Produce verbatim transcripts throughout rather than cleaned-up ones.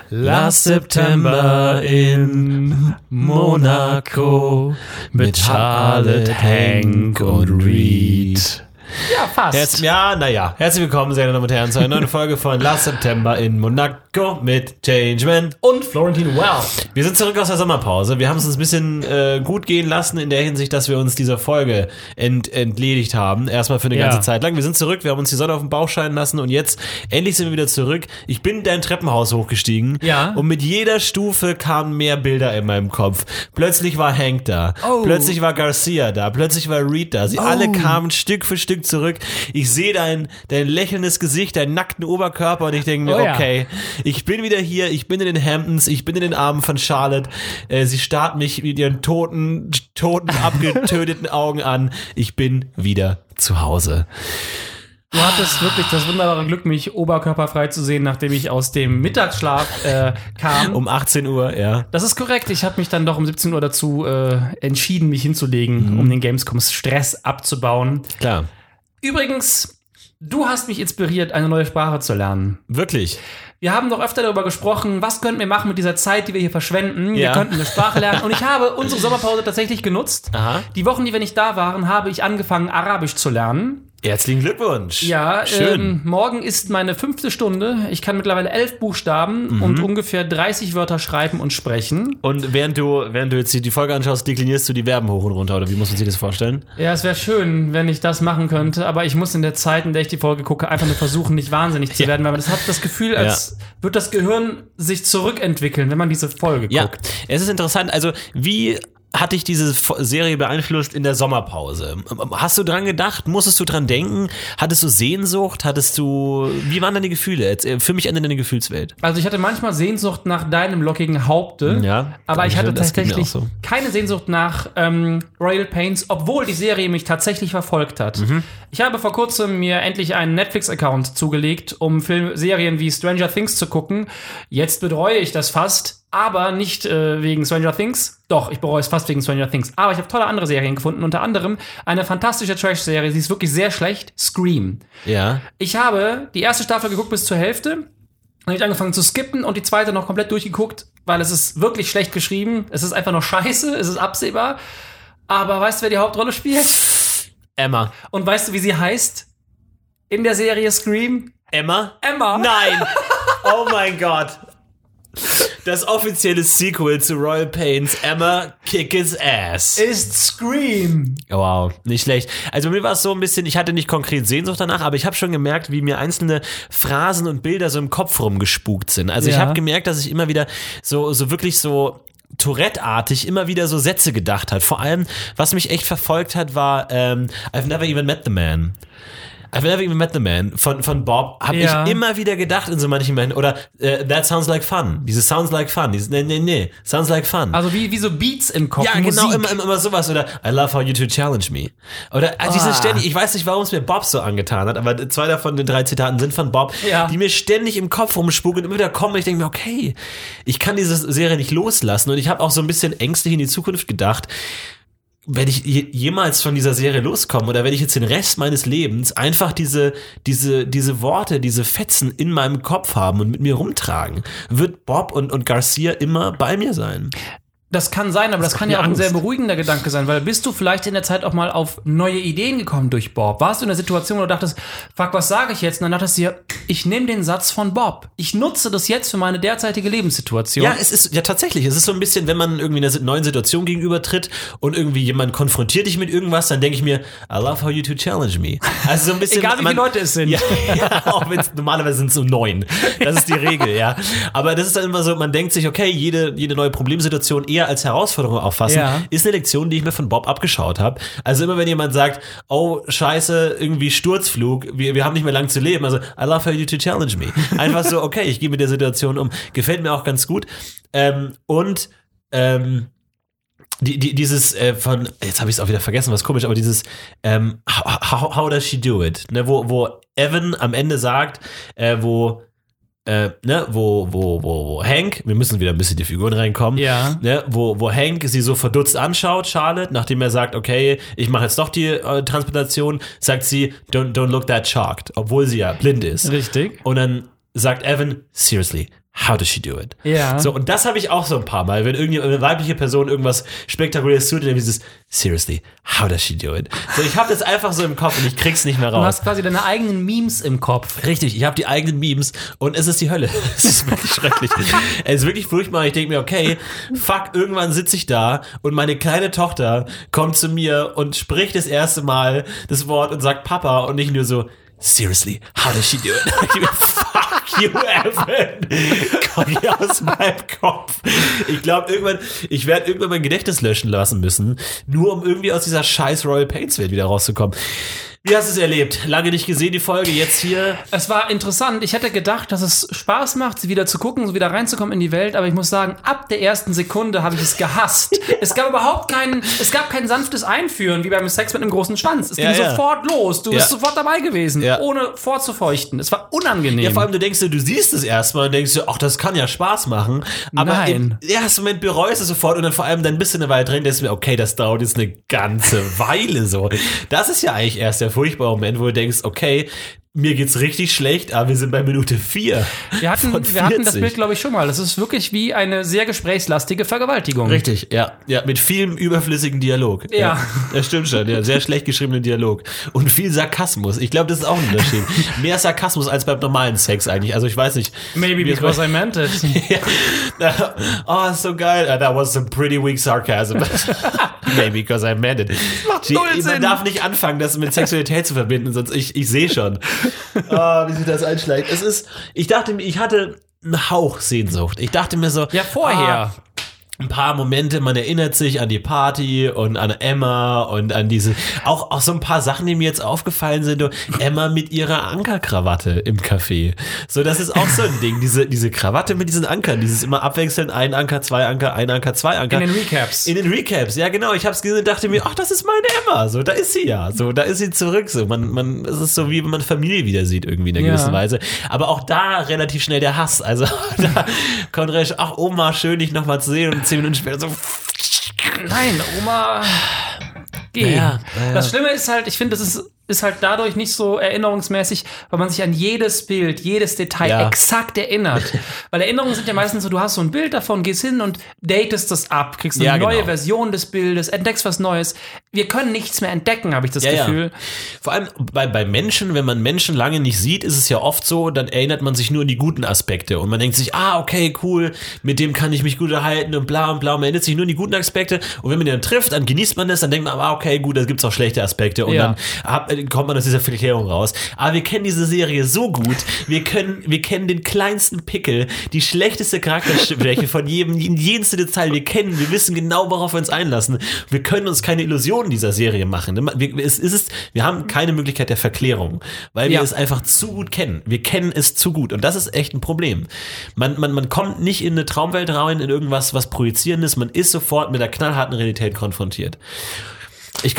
Last September in Monaco mit Charlotte, Hank und Reed. Ja, fast. Herz, ja, naja. Herzlich willkommen, sehr Damen und Herren, zu einer neuen Folge von Last September in Monaco mit Changeman und Florentin Well. Wir sind zurück aus der Sommerpause. Wir haben es uns ein bisschen äh, gut gehen lassen in der Hinsicht, dass wir uns dieser Folge ent- entledigt haben. Erstmal für eine ja. ganze Zeit lang. Wir sind zurück, wir haben uns die Sonne auf den Bauch scheinen lassen und jetzt endlich sind wir wieder zurück. Ich bin in dein Treppenhaus hochgestiegen ja. und mit jeder Stufe kamen mehr Bilder in meinem Kopf. Plötzlich war Hank da, oh. plötzlich war Garcia da, plötzlich war Reed da. Sie oh. alle kamen Stück für Stück zurück. Ich sehe dein, dein lächelndes Gesicht, deinen nackten Oberkörper und ich denke mir, oh, ja. okay, ich bin wieder hier, ich bin in den Hamptons, ich bin in den Armen von Charlotte. Äh, sie starrt mich mit ihren toten, toten, abgetöteten Augen an. Ich bin wieder zu Hause. Du hattest wirklich das wunderbare Glück, mich oberkörperfrei zu sehen, nachdem ich aus dem Mittagsschlaf äh, kam. Um achtzehn Uhr, ja. Das ist korrekt. Ich habe mich dann doch um siebzehn Uhr dazu äh, entschieden, mich hinzulegen, mhm. um den Gamescom-Stress abzubauen. Klar. Übrigens, du hast mich inspiriert, eine neue Sprache zu lernen. Wirklich? Wir haben doch öfter darüber gesprochen, was könnten wir machen mit dieser Zeit, die wir hier verschwenden. Ja. Wir könnten eine Sprache lernen. Und ich habe unsere Sommerpause tatsächlich genutzt. Aha. Die Wochen, die wir nicht da waren, habe ich angefangen, Arabisch zu lernen. Herzlichen Glückwunsch. Ja, schön. Ähm, morgen ist meine fünfte Stunde. Ich kann mittlerweile elf Buchstaben mhm. und ungefähr dreißig Wörter schreiben und sprechen. Und während du, während du jetzt die Folge anschaust, deklinierst du die Verben hoch und runter, oder wie muss man sich das vorstellen? Ja, es wäre schön, wenn ich das machen könnte, aber ich muss in der Zeit, in der ich die Folge gucke, einfach nur versuchen, nicht wahnsinnig zu werden, weil man das hat das Gefühl, als ja. wird das Gehirn sich zurückentwickeln, wenn man diese Folge ja. guckt. Es ist interessant, also wie hat dich diese Serie beeinflusst in der Sommerpause? Hast du dran gedacht? Musstest du dran denken? Hattest du Sehnsucht? Hattest du, wie waren deine Gefühle? Für mich ändert deine Gefühlswelt. Also ich hatte manchmal Sehnsucht nach deinem lockigen Haupte, ja, aber ich hatte tatsächlich so. keine Sehnsucht nach ähm, Royal Pains, obwohl die Serie mich tatsächlich verfolgt hat. Mhm. Ich habe vor kurzem mir endlich einen Netflix-Account zugelegt, um Film- Serien wie Stranger Things zu gucken. Jetzt bereue ich das fast. Aber nicht äh, wegen Stranger Things. Doch, ich bereue es fast wegen Stranger Things. Aber ich habe tolle andere Serien gefunden. Unter anderem eine fantastische Trash-Serie. Sie ist wirklich sehr schlecht. Scream. Ja. Ich habe die erste Staffel geguckt bis zur Hälfte. Dann habe ich angefangen zu skippen und die zweite noch komplett durchgeguckt, weil es ist wirklich schlecht geschrieben. Es ist einfach nur scheiße. Es ist absehbar. Aber weißt du, wer die Hauptrolle spielt? Emma. Und weißt du, wie sie heißt? In der Serie Scream? Emma? Emma. Nein. Oh mein Gott. Das offizielle Sequel zu Royal Pains, Emma Kick His Ass, ist Scream. Wow, nicht schlecht. Also mir war es so ein bisschen, ich hatte nicht konkret Sehnsucht danach, aber ich habe schon gemerkt, wie mir einzelne Phrasen und Bilder so im Kopf rumgespukt sind. Also ja. ich habe gemerkt, dass ich immer wieder so, so wirklich so Tourette-artig immer wieder so Sätze gedacht hat. Vor allem, was mich echt verfolgt hat, war ähm, I've never even met the man. I've never even met the man von, von Bob, habe ja. ich immer wieder gedacht in so manchen Momenten. Oder uh, That sounds like fun. Dieses sounds like fun. Dieses nee, nee, nee. Sounds like fun. Also wie, wie so Beats im Kopf. Ja, Musik. genau, immer, immer, immer sowas. Oder I love how you two challenge me. Oder also oh. diese ständig, ich weiß nicht, warum es mir Bob so angetan hat, aber zwei davon, den drei Zitaten sind von Bob, ja. die mir ständig im Kopf rumspucken und immer wieder kommen und ich denke mir, okay, ich kann diese Serie nicht loslassen. Und ich habe auch so ein bisschen ängstlich in die Zukunft gedacht. Werde ich jemals von dieser Serie loskommen oder werde ich jetzt den Rest meines Lebens einfach diese, diese, diese Worte, diese Fetzen in meinem Kopf haben und mit mir rumtragen? Wird Bob und, und Garcia immer bei mir sein? Das kann sein, aber das, das kann ja auch Angst. ein sehr beruhigender Gedanke sein, weil bist du vielleicht in der Zeit auch mal auf neue Ideen gekommen durch Bob? Warst du in der Situation, wo du dachtest, fuck, was sage ich jetzt? Und dann dachtest du dir, ich nehme den Satz von Bob. Ich nutze das jetzt für meine derzeitige Lebenssituation. Ja, es ist ja tatsächlich. Es ist so ein bisschen, wenn man irgendwie einer neuen Situation gegenübertritt und irgendwie jemand konfrontiert dich mit irgendwas, dann denke ich mir, I love how you two challenge me. Also so ein bisschen. Egal wie man, viele Leute es sind. Ja, ja auch wenn es normalerweise sind es so neun. Das ist die Regel, ja. Aber das ist dann immer so, man denkt sich, okay, jede, jede neue Problemsituation eher als Herausforderung auffassen, ja. ist eine Lektion, die ich mir von Bob abgeschaut habe. Also immer wenn jemand sagt, oh, scheiße, irgendwie Sturzflug, wir, wir haben nicht mehr lang zu leben, also I love how you to challenge me. Einfach so, okay, ich gehe mit der Situation um. Gefällt mir auch ganz gut. Ähm, und ähm, die, die, dieses äh, von, jetzt habe ich es auch wieder vergessen, was komisch, aber dieses ähm, how, how does she do it? Ne, wo, wo Evan am Ende sagt, äh, wo Äh, ne, wo, wo, wo, wo Hank, wir müssen wieder ein bisschen die Figuren reinkommen, ja. ne, wo, wo Hank sie so verdutzt anschaut, Charlotte, nachdem er sagt, okay, ich mache jetzt doch die äh, Transplantation, sagt sie, don't, don't look that shocked, obwohl sie ja blind ist. Richtig. Und dann sagt Evan, seriously, how does she do it? Ja. So, und das habe ich auch so ein paar Mal, wenn irgendwie eine weibliche Person irgendwas Spektakuläres tut, dann dieses, seriously, how does she do it? So, ich habe das einfach so im Kopf und ich krieg's nicht mehr raus. Du hast quasi deine eigenen Memes im Kopf. Richtig, ich habe die eigenen Memes und es ist die Hölle. Es ist wirklich schrecklich. Es ist wirklich furchtbar. Ich denke mir, okay, fuck, irgendwann sitze ich da und meine kleine Tochter kommt zu mir und spricht das erste Mal das Wort und sagt Papa und nicht nur so, seriously, how does she do it? Fuck you, Evan. Komm hier aus meinem Kopf. Ich glaube, irgendwann, ich werde irgendwann mein Gedächtnis löschen lassen müssen, nur um irgendwie aus dieser scheiß Royal Pains Welt wieder rauszukommen. Wie hast du es erlebt? Lange nicht gesehen, die Folge, jetzt hier. Es war interessant. Ich hätte gedacht, dass es Spaß macht, sie wieder zu gucken, so wieder reinzukommen in die Welt. Aber ich muss sagen, ab der ersten Sekunde habe ich es gehasst. Es gab überhaupt kein, es gab kein sanftes Einführen, wie beim Sex mit einem großen Schwanz. Es ging ja, ja. sofort los. Du bist ja. sofort dabei gewesen, ja. ohne vorzufeuchten. Es war unangenehm. Ja, vor allem, du denkst, du siehst es erstmal und denkst, ach, das kann ja Spaß machen. Aber Nein. im ersten Moment bereust du es sofort und dann vor allem dann bist du eine Weile drin, denkst du mir, okay, das dauert jetzt eine ganze Weile so. Das ist ja eigentlich erst der furchtbare Moment, wo du denkst, okay, mir geht's richtig schlecht, aber wir sind bei Minute vier. Wir hatten, wir hatten das Bild, glaube ich, schon mal. Das ist wirklich wie eine sehr gesprächslastige Vergewaltigung. Richtig, ja. Ja, mit vielem überflüssigen Dialog. Ja. ja. Das stimmt schon, ja. Sehr schlecht geschriebenen Dialog. Und viel Sarkasmus. Ich glaube, das ist auch ein Unterschied. Mehr Sarkasmus als beim normalen Sex eigentlich. Also ich weiß nicht. Maybe because I meant it. ja. Oh, ist so geil. That was some pretty weak sarcasm. Maybe because I meant it. Macht null Man Sinn. darf nicht anfangen, das mit Sexualität zu verbinden, sonst ich, ich sehe schon. Oh, wie sich das einschlägt. Es ist, ich dachte mir, ich hatte einen Hauch Sehnsucht. Ich dachte mir so, ja, vorher. Ah, ein paar Momente, man erinnert sich an die Party und an Emma und an diese, auch, auch so ein paar Sachen, die mir jetzt aufgefallen sind. Emma mit ihrer Ankerkrawatte im Café. So, das ist auch so ein Ding, diese, diese Krawatte mit diesen Ankern, dieses immer abwechselnd, ein Anker, zwei Anker, ein Anker, zwei Anker. In den Recaps. In den Recaps, ja genau. Ich hab's gesehen und dachte mir, ach, das ist meine Emma. So, da ist sie ja. So, da ist sie zurück. So, man, man, es ist so, wie wenn man Familie wieder sieht, irgendwie in einer ja. gewissen Weise. Aber auch da relativ schnell der Hass. Also, da kommt recht, ach, Oma, schön, dich nochmal zu sehen und zehn Minuten später so. Nein, Oma. Geh. Ja, ja. Das Schlimme ist halt, ich finde, das ist, ist halt dadurch nicht so erinnerungsmäßig, weil man sich an jedes Bild, jedes Detail ja. exakt erinnert. Weil Erinnerungen sind ja meistens so, du hast so ein Bild davon, gehst hin und datest das ab, kriegst eine ja, neue genau. Version des Bildes, entdeckst was Neues. Wir können nichts mehr entdecken, habe ich das ja, Gefühl. Ja. Vor allem bei, bei Menschen, wenn man Menschen lange nicht sieht, ist es ja oft so, dann erinnert man sich nur an die guten Aspekte und man denkt sich, ah, okay, cool, mit dem kann ich mich gut erhalten und bla und bla, und man erinnert sich nur an die guten Aspekte und wenn man den dann trifft, dann genießt man das, dann denkt man, ah, okay, gut, da gibt's auch schlechte Aspekte und ja. dann ab, kommt man aus dieser Verklärung raus. Aber wir kennen diese Serie so gut, wir können, wir kennen den kleinsten Pickel, die schlechteste Charakterschwäche von jedem, in jedem Detail, wir kennen, wir wissen genau, worauf wir uns einlassen. Wir können uns keine Illusionen dieser Serie machen. Wir, es ist, wir haben keine Möglichkeit der Verklärung, weil wir ja. es einfach zu gut kennen. Wir kennen es zu gut und das ist echt ein Problem. Man, man, man kommt nicht in eine Traumwelt rein, in irgendwas, was Projizierendes, man ist sofort mit der knallharten Realität konfrontiert. Ich,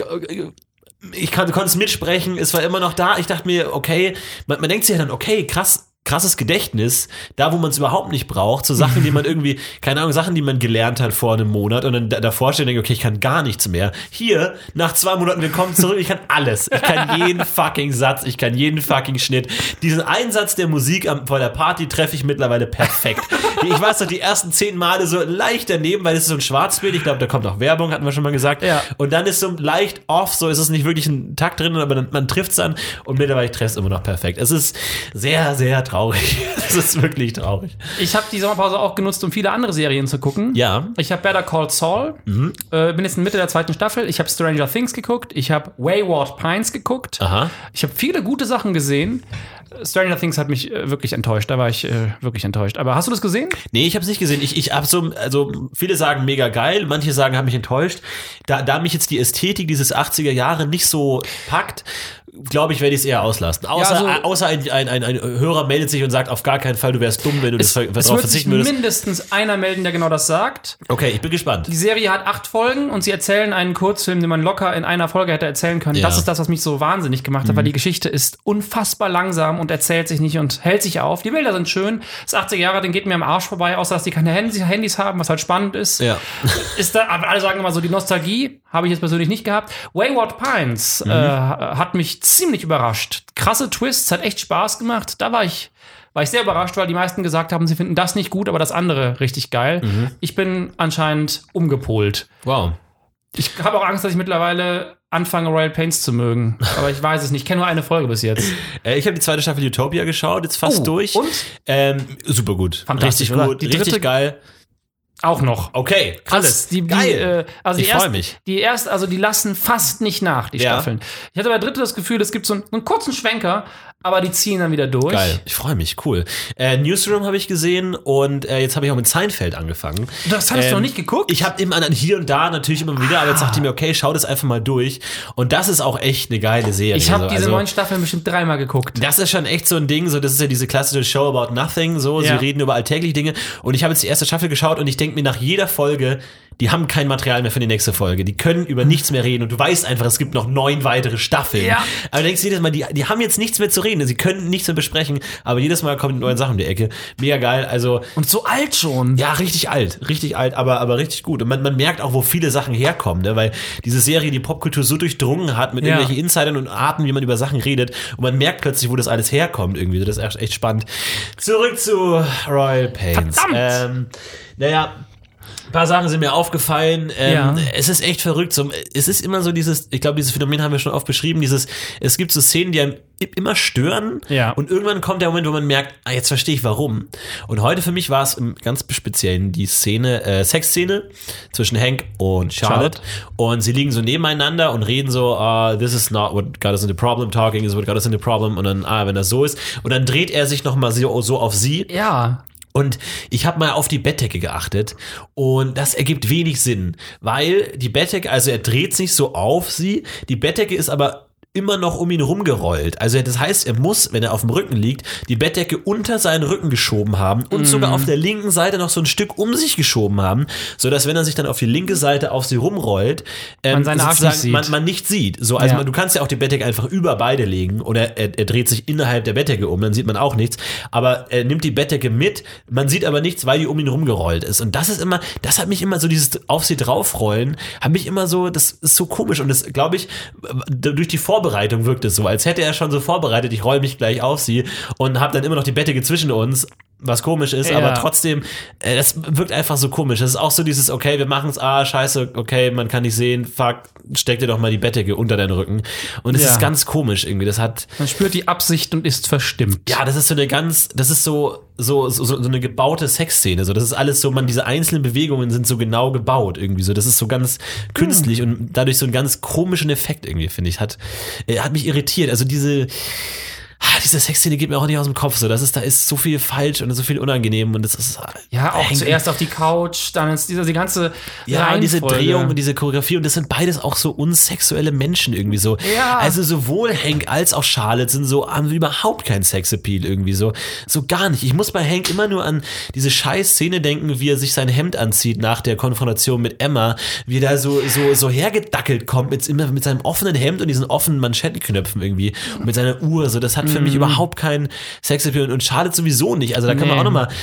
ich kann, konnte es mitsprechen, es war immer noch da. Ich dachte mir, okay, man, man denkt sich ja dann, okay, krass, krasses Gedächtnis, da wo man es überhaupt nicht braucht, so Sachen, die man irgendwie, keine Ahnung, Sachen, die man gelernt hat vor einem Monat und dann da, davor steht und denkt, okay, ich kann gar nichts mehr. Hier, nach zwei Monaten, wir kommen zurück, ich kann alles. Ich kann jeden fucking Satz, ich kann jeden fucking Schnitt. Diesen Einsatz der Musik am, vor der Party treffe ich mittlerweile perfekt. Ich weiß doch, die ersten zehn Male so leicht daneben, weil es ist so ein Schwarzbild, ich glaube, da kommt auch Werbung, hatten wir schon mal gesagt. Ja. Und dann ist so leicht off, so ist es nicht wirklich ein Takt drin, aber dann, man trifft es an und mittlerweile trefft es immer noch perfekt. Es ist sehr, sehr traurig. Das ist wirklich traurig. Ich habe die Sommerpause auch genutzt, um viele andere Serien zu gucken. Ja. Ich habe Better Call Saul. Mhm. Äh, bin jetzt in Mitte der zweiten Staffel. Ich habe Stranger Things geguckt. Ich habe Wayward Pines geguckt. Aha. Ich habe viele gute Sachen gesehen. Stranger Things hat mich äh, wirklich enttäuscht. Da war ich äh, wirklich enttäuscht. Aber hast du das gesehen? Nee, ich habe es nicht gesehen. Ich, ich habe so, also viele sagen mega geil, manche sagen, haben mich enttäuscht. Da, da mich jetzt die Ästhetik dieses achtziger Jahre nicht so packt, glaube ich, werde ich es eher auslassen. Außer, ja, also, außer ein, ein, ein, ein Hörer meldet sich und sagt, auf gar keinen Fall, du wärst dumm, wenn du es, das es darauf wird sich verzichten würdest. mindestens einer melden, der genau das sagt. Okay, ich bin gespannt. Die Serie hat acht Folgen und sie erzählen einen Kurzfilm, den man locker in einer Folge hätte erzählen können. Ja. Das ist das, was mich so wahnsinnig gemacht hat, mhm. weil die Geschichte ist unfassbar langsam und erzählt sich nicht und hält sich auf. Die Bilder sind schön. Das achtziger Jahre, den geht mir am Arsch vorbei, außer dass die keine Handys haben, was halt spannend ist. Ja. Ist da, aber alle sagen immer so, die Nostalgie habe ich jetzt persönlich nicht gehabt. Wayward Pines mhm. äh, hat mich ziemlich überrascht. Krasse Twists, hat echt Spaß gemacht. Da war ich, war ich sehr überrascht, weil die meisten gesagt haben, sie finden das nicht gut, aber das andere richtig geil. Mhm. Ich bin anscheinend umgepolt. Wow. Ich habe auch Angst, dass ich mittlerweile anfange, Royal Pains zu mögen. Aber ich weiß es nicht. Ich kenne nur eine Folge bis jetzt. Äh, ich habe die zweite Staffel Utopia geschaut, jetzt fast oh, durch. Und? Ähm, super gut. Fantastisch, richtig gut, die richtig dritte, geil. Auch noch. Okay, krass. Alles. Die, Geil. Die, äh, also ich die erst, freue mich. Die erst, also die lassen fast nicht nach, die ja. Staffeln. Ich hatte bei der dritte das Gefühl, es gibt so einen, einen kurzen Schwenker, aber die ziehen dann wieder durch. Geil, ich freue mich, cool. Äh, Newsroom habe ich gesehen und äh, jetzt habe ich auch mit Seinfeld angefangen. Das hast ähm, du noch nicht geguckt? Ich habe immer hier und da natürlich immer wieder, ah. aber jetzt dachte ich mir, okay, schau das einfach mal durch. Und das ist auch echt eine geile Serie. Ich habe so. diese also, neuen Staffeln bestimmt dreimal geguckt. Das ist schon echt so ein Ding, so das ist ja diese klassische Show about nothing, so, ja. Sie reden über alltägliche Dinge. Und ich habe jetzt die erste Staffel geschaut und ich denke mir nach jeder Folge, die haben kein Material mehr für die nächste Folge. Die können über nichts mehr reden und du weißt einfach, es gibt noch neun weitere Staffeln. Ja. Aber du denkst jedes Mal, die, die haben jetzt nichts mehr zu reden. Sie können nichts mehr besprechen, aber jedes Mal kommen neue Sachen um die Ecke. Mega geil. Also, und so alt schon. Ja, richtig alt. Richtig alt, aber, aber richtig gut. Und man, man merkt auch, wo viele Sachen herkommen, ne? Weil diese Serie die Popkultur so durchdrungen hat mit ja. irgendwelchen Insidern und Arten, wie man über Sachen redet. Und man merkt plötzlich, wo das alles herkommt irgendwie. Das ist echt, echt spannend. Zurück zu Royal Pains. Verdammt! Ähm, naja, ein paar Sachen sind mir aufgefallen. Ähm, ja. Es ist echt verrückt. So, es ist immer so dieses, ich glaube, dieses Phänomen haben wir schon oft beschrieben, dieses, es gibt so Szenen, die einem immer stören. Ja. Und irgendwann kommt der Moment, wo man merkt, ah, jetzt verstehe ich warum. Und heute für mich war es im ganz Speziellen die Szene, äh, Sexszene zwischen Hank und Charlotte. Charlotte. Und sie liegen so nebeneinander und reden so, uh, this is not what got us into problem, talking is what got us into problem. Und dann, ah, wenn das so ist. Und dann dreht er sich nochmal so, so auf sie. Ja. Und ich habe mal auf die Bettdecke geachtet und das ergibt wenig Sinn, weil die Bettdecke, also er dreht sich so auf sie, die Bettdecke ist aber immer noch um ihn rumgerollt. Also das heißt, er muss, wenn er auf dem Rücken liegt, die Bettdecke unter seinen Rücken geschoben haben und mm. sogar auf der linken Seite noch so ein Stück um sich geschoben haben, sodass wenn er sich dann auf die linke Seite auf sie rumrollt, ähm, man seine Arsch nicht sieht. Man, man nicht sieht. So, also ja. man, du kannst ja auch die Bettdecke einfach über beide legen oder er, er dreht sich innerhalb der Bettdecke um, dann sieht man auch nichts. Aber er nimmt die Bettdecke mit, man sieht aber nichts, weil die um ihn rumgerollt ist. Und das ist immer, das hat mich immer so, dieses auf sie draufrollen, hat mich immer so, das ist so komisch und das, glaube ich, durch die Vorbereitung Vorbereitung wirkt es so, als hätte er schon so vorbereitet, ich roll mich gleich auf sie und habe dann immer noch die Bettdecke zwischen uns, was komisch ist, ja. aber trotzdem, äh, das wirkt einfach so komisch. Das ist auch so dieses, okay, wir machen es, ah, scheiße, okay, man kann nicht sehen, fuck, steck dir doch mal die Bettdecke unter deinen Rücken. Und es ja. ist ganz komisch irgendwie, das hat... Man spürt die Absicht und ist verstimmt. Ja, das ist so eine ganz, das ist so, so, so, so eine gebaute Sexszene, so, das ist alles so, man, diese einzelnen Bewegungen sind so genau gebaut irgendwie, so, das ist so ganz künstlich hm. und dadurch so einen ganz komischen Effekt irgendwie, finde ich, hat, äh, hat mich irritiert, also diese... Diese Sexszene geht mir auch nicht aus dem Kopf, so, das ist, da ist so viel falsch und so viel unangenehm und das ist ja auch zuerst auf die Couch, dann ist diese die ganze ja und diese Drehung und diese Choreografie und das sind beides auch so unsexuelle Menschen irgendwie so. Ja. Also sowohl Hank als auch Charlotte sind so haben überhaupt keinen Sexappeal irgendwie so, so gar nicht. Ich muss bei Hank immer nur an diese scheiß Szene denken, wie er sich sein Hemd anzieht nach der Konfrontation mit Emma, wie er da so so so hergedackelt kommt mit immer mit seinem offenen Hemd und diesen offenen Manschettenknöpfen irgendwie und mit seiner Uhr, so das hat für mich überhaupt kein Sexappeal und Charlotte sowieso nicht. Also da kann nee. man auch nochmal,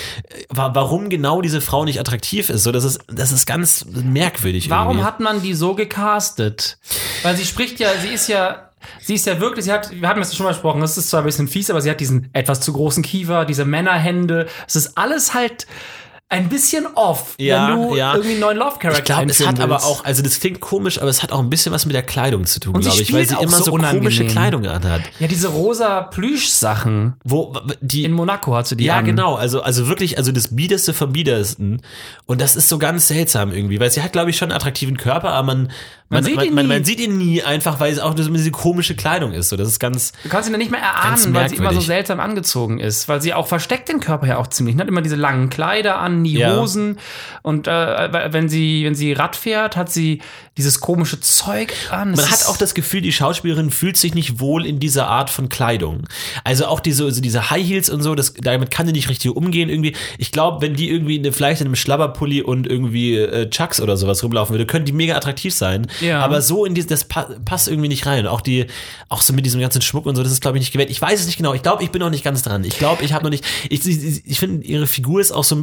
warum genau diese Frau nicht attraktiv ist. So, das ist, das ist ganz merkwürdig. Warum irgendwie. hat man die so gecastet? Weil sie spricht ja, sie ist ja, sie ist ja wirklich, sie hat, wir hatten das schon mal gesprochen, das ist zwar ein bisschen fies, aber sie hat diesen etwas zu großen Kiefer, diese Männerhände. Es ist alles halt ein bisschen off, ja, wenn du ja. irgendwie einen neuen Love-Charakter Ich glaube, es hat willst. aber auch, also das klingt komisch, aber es hat auch ein bisschen was mit der Kleidung zu tun, glaube ich, weil sie auch immer so, so komische Kleidung anhat. Ja, diese rosa Plüsch-Sachen. Wo, die, in Monaco hat sie die Ja, an. genau, also, also wirklich, also das Biederste vom Biedersten. Und das ist so ganz seltsam irgendwie, weil sie hat, glaube ich, schon einen attraktiven Körper, aber man, man, man, sieht, man, ihn man, man sieht ihn nie einfach, weil es auch so diese komische Kleidung ist. So, das ist ganz. Du kannst ihn ja nicht mehr erahnen, weil sie immer so seltsam angezogen ist, weil sie auch versteckt den Körper ja auch ziemlich. Sie hat immer diese langen Kleider an, nie ja. Hosen. Und äh, wenn sie wenn sie Rad fährt, hat sie dieses komische Zeug an. Man hat auch das Gefühl, die Schauspielerin fühlt sich nicht wohl in dieser Art von Kleidung. Also auch diese, also diese High Heels und so, das, damit kann die nicht richtig umgehen irgendwie. Ich glaube, wenn die irgendwie eine, vielleicht in einem Schlabberpulli und irgendwie äh, Chucks oder sowas rumlaufen würde, könnten die mega attraktiv sein. Ja. Aber so in die, das pa- passt irgendwie nicht rein. Auch die, auch so mit diesem ganzen Schmuck und so, das ist, glaube ich, nicht gewählt. Ich weiß es nicht genau. Ich glaube, ich bin noch nicht ganz dran. Ich glaube, ich habe noch nicht. Ich, ich, ich finde, ihre Figur ist auch so ein bisschen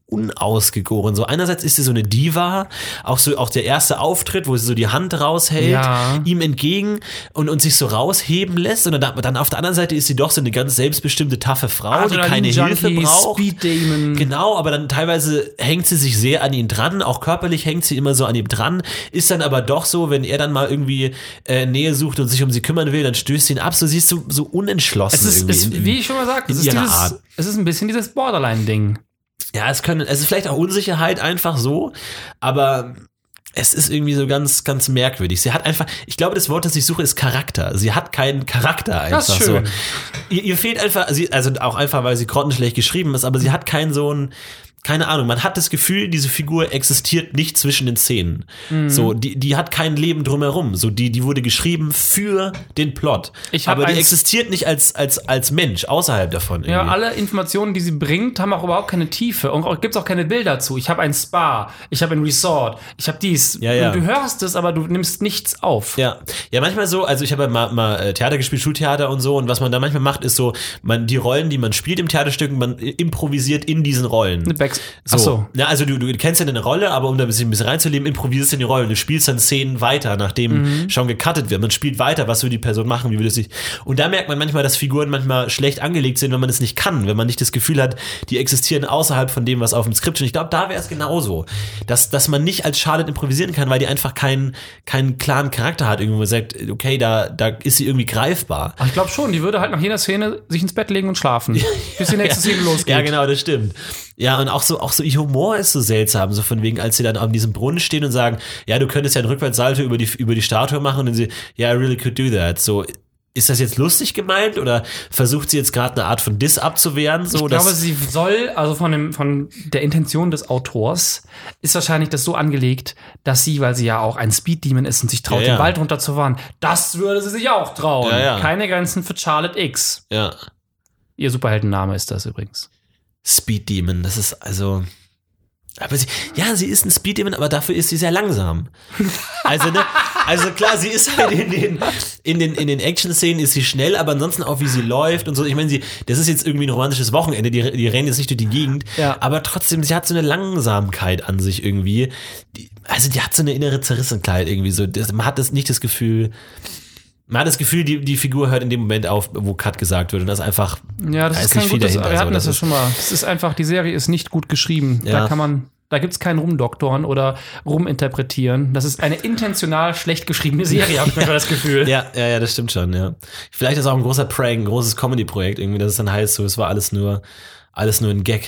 unausgegoren. So einerseits ist sie so eine Diva, auch so auch der erste Auftritt, wo sie so die Hand raushält, ja. ihm entgegen und, und sich so rausheben lässt. Und dann, dann auf der anderen Seite ist sie doch so eine ganz selbstbestimmte, taffe Frau, also die keine Hilfe braucht. Speed Demon. Genau, aber dann teilweise hängt sie sich sehr an ihn dran, auch körperlich hängt sie immer so an ihm dran, ist dann aber doch so, wenn er dann mal irgendwie äh, Nähe sucht und sich um sie kümmern will, dann stößt sie ihn ab. So siehst du so unentschlossen es ist, irgendwie. Es, in, in, wie ich schon mal sagte, es, ist Art. es ist ein bisschen dieses Borderline-Ding. Ja, es können, es ist vielleicht auch Unsicherheit einfach so, aber es ist irgendwie so ganz, ganz merkwürdig. Sie hat einfach, ich glaube, das Wort, das ich suche, ist Charakter. Sie hat keinen Charakter einfach das ist schön. so. Ihr, ihr fehlt einfach, sie, also auch einfach, weil sie grottenschlecht geschrieben ist, aber sie hat keinen so ein, keine Ahnung, man hat das Gefühl, diese Figur existiert nicht zwischen den Szenen. Mhm. So, die, die hat kein Leben drumherum. So, die, die wurde geschrieben für den Plot. Ich hab aber die eins, existiert nicht als, als, als Mensch, außerhalb davon. Irgendwie. Ja, alle Informationen, die sie bringt, haben auch überhaupt keine Tiefe. Und auch, gibt's auch keine Bilder zu. Ich habe ein Spa, ich habe ein Resort, ich habe dies. Ja, ja. Und du hörst es, aber du nimmst nichts auf. Ja, ja, manchmal so, also ich habe ja mal, mal Theater gespielt, Schultheater und so, und was man da manchmal macht, ist so, man die Rollen, die man spielt im Theaterstück, man improvisiert in diesen Rollen. Eine Back- so. Ach so. Ja, also du, du kennst ja eine Rolle, aber um da ein bisschen, ein bisschen reinzuleben, improvisierst du in die Rolle. Du spielst dann Szenen weiter, nachdem mhm. schon gecuttet wird. Man spielt weiter, was will die Person machen, wie will es sich. Und da merkt man manchmal, dass Figuren manchmal schlecht angelegt sind, wenn man es nicht kann, wenn man nicht das Gefühl hat, die existieren außerhalb von dem, was auf dem Skript steht. Ich glaube, da wäre es genauso. Dass, dass man nicht als Charlotte improvisieren kann, weil die einfach keinen, keinen klaren Charakter hat. Irgendwo sagt, okay, da, da ist sie irgendwie greifbar. Ach, ich glaube schon, die würde halt nach jeder Szene sich ins Bett legen und schlafen. Bis die nächste Szene losgeht. Ja, genau, das stimmt. Ja, und auch so, auch so, ihr Humor ist so seltsam, so von wegen, als sie dann an diesem Brunnen stehen und sagen, ja, du könntest ja einen Rückwärtssalto über die, über die Statue machen, und dann sie, ja, yeah, I really could do that. So, ist das jetzt lustig gemeint oder versucht sie jetzt gerade eine Art von Diss abzuwehren? So, ich glaube, sie soll, also von dem, von der Intention des Autors, ist wahrscheinlich das so angelegt, dass sie, weil sie ja auch ein Speed-Demon ist und sich traut, ja, ja. den Wald runterzufahren, das würde sie sich auch trauen. Ja, ja. Keine Grenzen für Charlotte X. Ja. Ihr Superheldenname ist das übrigens. Speed Demon, das ist also. Aber sie, ja, sie ist ein Speed Demon, aber dafür ist sie sehr langsam. Also, ne, also klar, sie ist halt in den, in den, in den Action-Szenen ist sie schnell, aber ansonsten auch wie sie läuft und so. Ich meine, sie, das ist jetzt irgendwie ein romantisches Wochenende, die, die rennen jetzt nicht durch die Gegend, ja. aber trotzdem, sie hat so eine Langsamkeit an sich irgendwie. Die, also, die hat so eine innere Zerrissenheit irgendwie so. Das, man hat das nicht das Gefühl. Man hat das Gefühl, die, die Figur hört in dem Moment auf, wo Cut gesagt wird, und das ist einfach. Ja, das da ist, ist kein nicht viel gutes, dahinter. wir hatten so, das ja ist, schon mal. Es ist einfach, die Serie ist nicht gut geschrieben. Ja. Da kann man, da gibt's kein Rumdoktoren oder Ruminterpretieren. Das ist eine intentional schlecht geschriebene Serie, habe ich manchmal das Gefühl. Ja, ja, ja, das stimmt schon, ja. Vielleicht ist auch ein großer Prank, ein großes Comedy-Projekt irgendwie, dass es dann heißt, so, es war alles nur, alles nur ein Gag.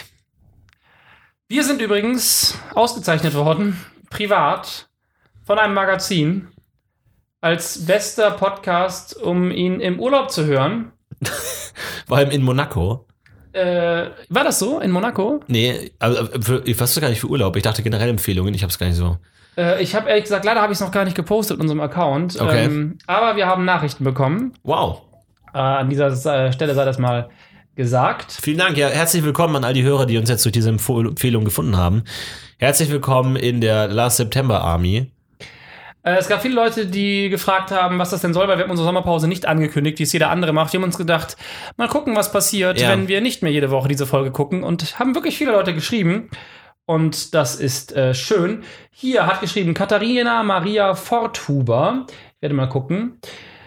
Wir sind übrigens ausgezeichnet worden, privat, von einem Magazin, als bester Podcast, um ihn im Urlaub zu hören. Vor allem in Monaco. Äh, war das so, in Monaco? Nee, also für, ich weiß gar nicht für Urlaub. Ich dachte generell Empfehlungen, ich hab's gar nicht so. Äh, ich habe ehrlich gesagt, leider habe ich es noch gar nicht gepostet in unserem Account. Okay. Ähm, aber wir haben Nachrichten bekommen. Wow. Äh, an dieser Stelle sei das mal gesagt. Vielen Dank. Ja, herzlich willkommen an all die Hörer, die uns jetzt durch diese Empfehlung gefunden haben. Herzlich willkommen in der Last September Army. Es gab viele Leute, die gefragt haben, was das denn soll, weil wir haben unsere Sommerpause nicht angekündigt, wie es jeder andere macht. Wir haben uns gedacht, mal gucken, was passiert, ja. wenn wir nicht mehr jede Woche diese Folge gucken, und haben wirklich viele Leute geschrieben. Und das ist äh, schön. Hier hat geschrieben Katharina Maria Forthuber. Ich werde mal gucken.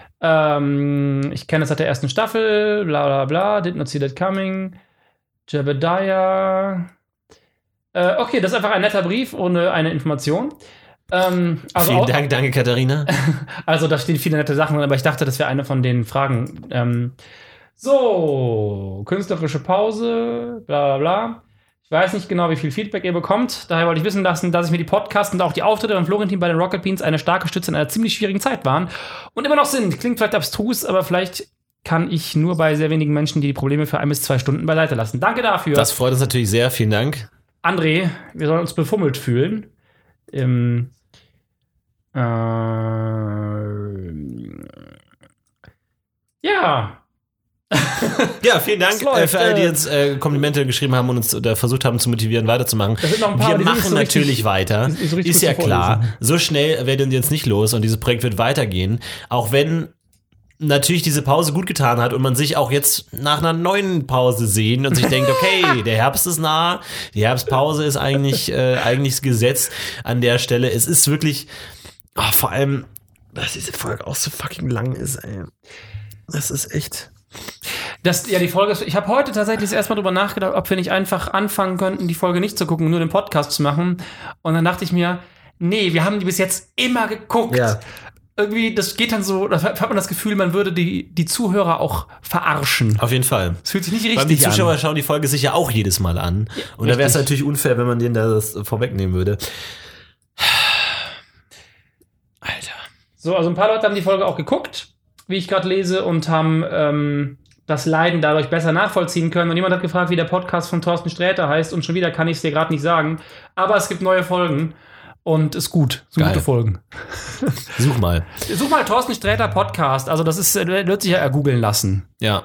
Ähm, ich kenne das seit der ersten Staffel. Bla bla bla. Did not see that coming. Jebediah. Äh, okay, das ist einfach ein netter Brief ohne eine Information. Ähm, also Vielen auch, Dank, danke Katharina. Also da stehen viele nette Sachen, aber ich dachte, das wäre eine von den Fragen. Ähm, so, künstlerische Pause, bla bla bla. Ich weiß nicht genau, wie viel Feedback ihr bekommt. Daher wollte ich wissen lassen, dass ich mir die Podcasts und auch die Auftritte von Florentin bei den Rocket Beans eine starke Stütze in einer ziemlich schwierigen Zeit waren und immer noch sind. Klingt vielleicht abstrus, aber vielleicht kann ich nur bei sehr wenigen Menschen die Probleme für ein bis zwei Stunden beiseite lassen. Danke dafür. Das freut uns natürlich sehr, vielen Dank. André, wir sollen uns befummelt fühlen. Ähm, äh, ja. Ja, vielen Dank läuft, äh, für alle, die äh, jetzt äh, Komplimente geschrieben haben und uns oder versucht haben zu motivieren, weiterzumachen. Da sind noch ein paar, wir die sind machen so natürlich richtig, weiter. ist, ist, ist ja klar. So schnell werden wir jetzt nicht los und dieses Projekt wird weitergehen. Auch wenn natürlich diese Pause gut getan hat und man sich auch jetzt nach einer neuen Pause sehen und sich denkt, okay, der Herbst ist nah, die Herbstpause ist eigentlich, äh, eigentlich gesetzt an der Stelle. Es ist wirklich, oh, vor allem, dass diese Folge auch so fucking lang ist, ey. Das ist echt... Das, ja, die Folge ist, ich habe heute tatsächlich erstmal drüber nachgedacht, ob wir nicht einfach anfangen könnten, die Folge nicht zu gucken, nur den Podcast zu machen. Und dann dachte ich mir, nee, wir haben die bis jetzt immer geguckt. Ja. Irgendwie, das geht dann so, da hat man das Gefühl, man würde die, die Zuhörer auch verarschen. Auf jeden Fall. Das fühlt sich nicht richtig an. Die Zuschauer an. Schauen die Folge sich ja auch jedes Mal an. Ja, und richtig. Da wäre es natürlich unfair, wenn man denen das vorwegnehmen würde. Alter. So, also ein paar Leute haben die Folge auch geguckt, wie ich gerade lese, und haben ähm, das Leiden dadurch besser nachvollziehen können. Und jemand hat gefragt, wie der Podcast von Thorsten Sträter heißt. Und schon wieder kann ich es dir gerade nicht sagen. Aber es gibt neue Folgen. Und ist gut. So gute Folgen. Such mal. Such mal Thorsten Sträter Podcast. Also das ist, wird sich ja ergoogeln lassen. Ja.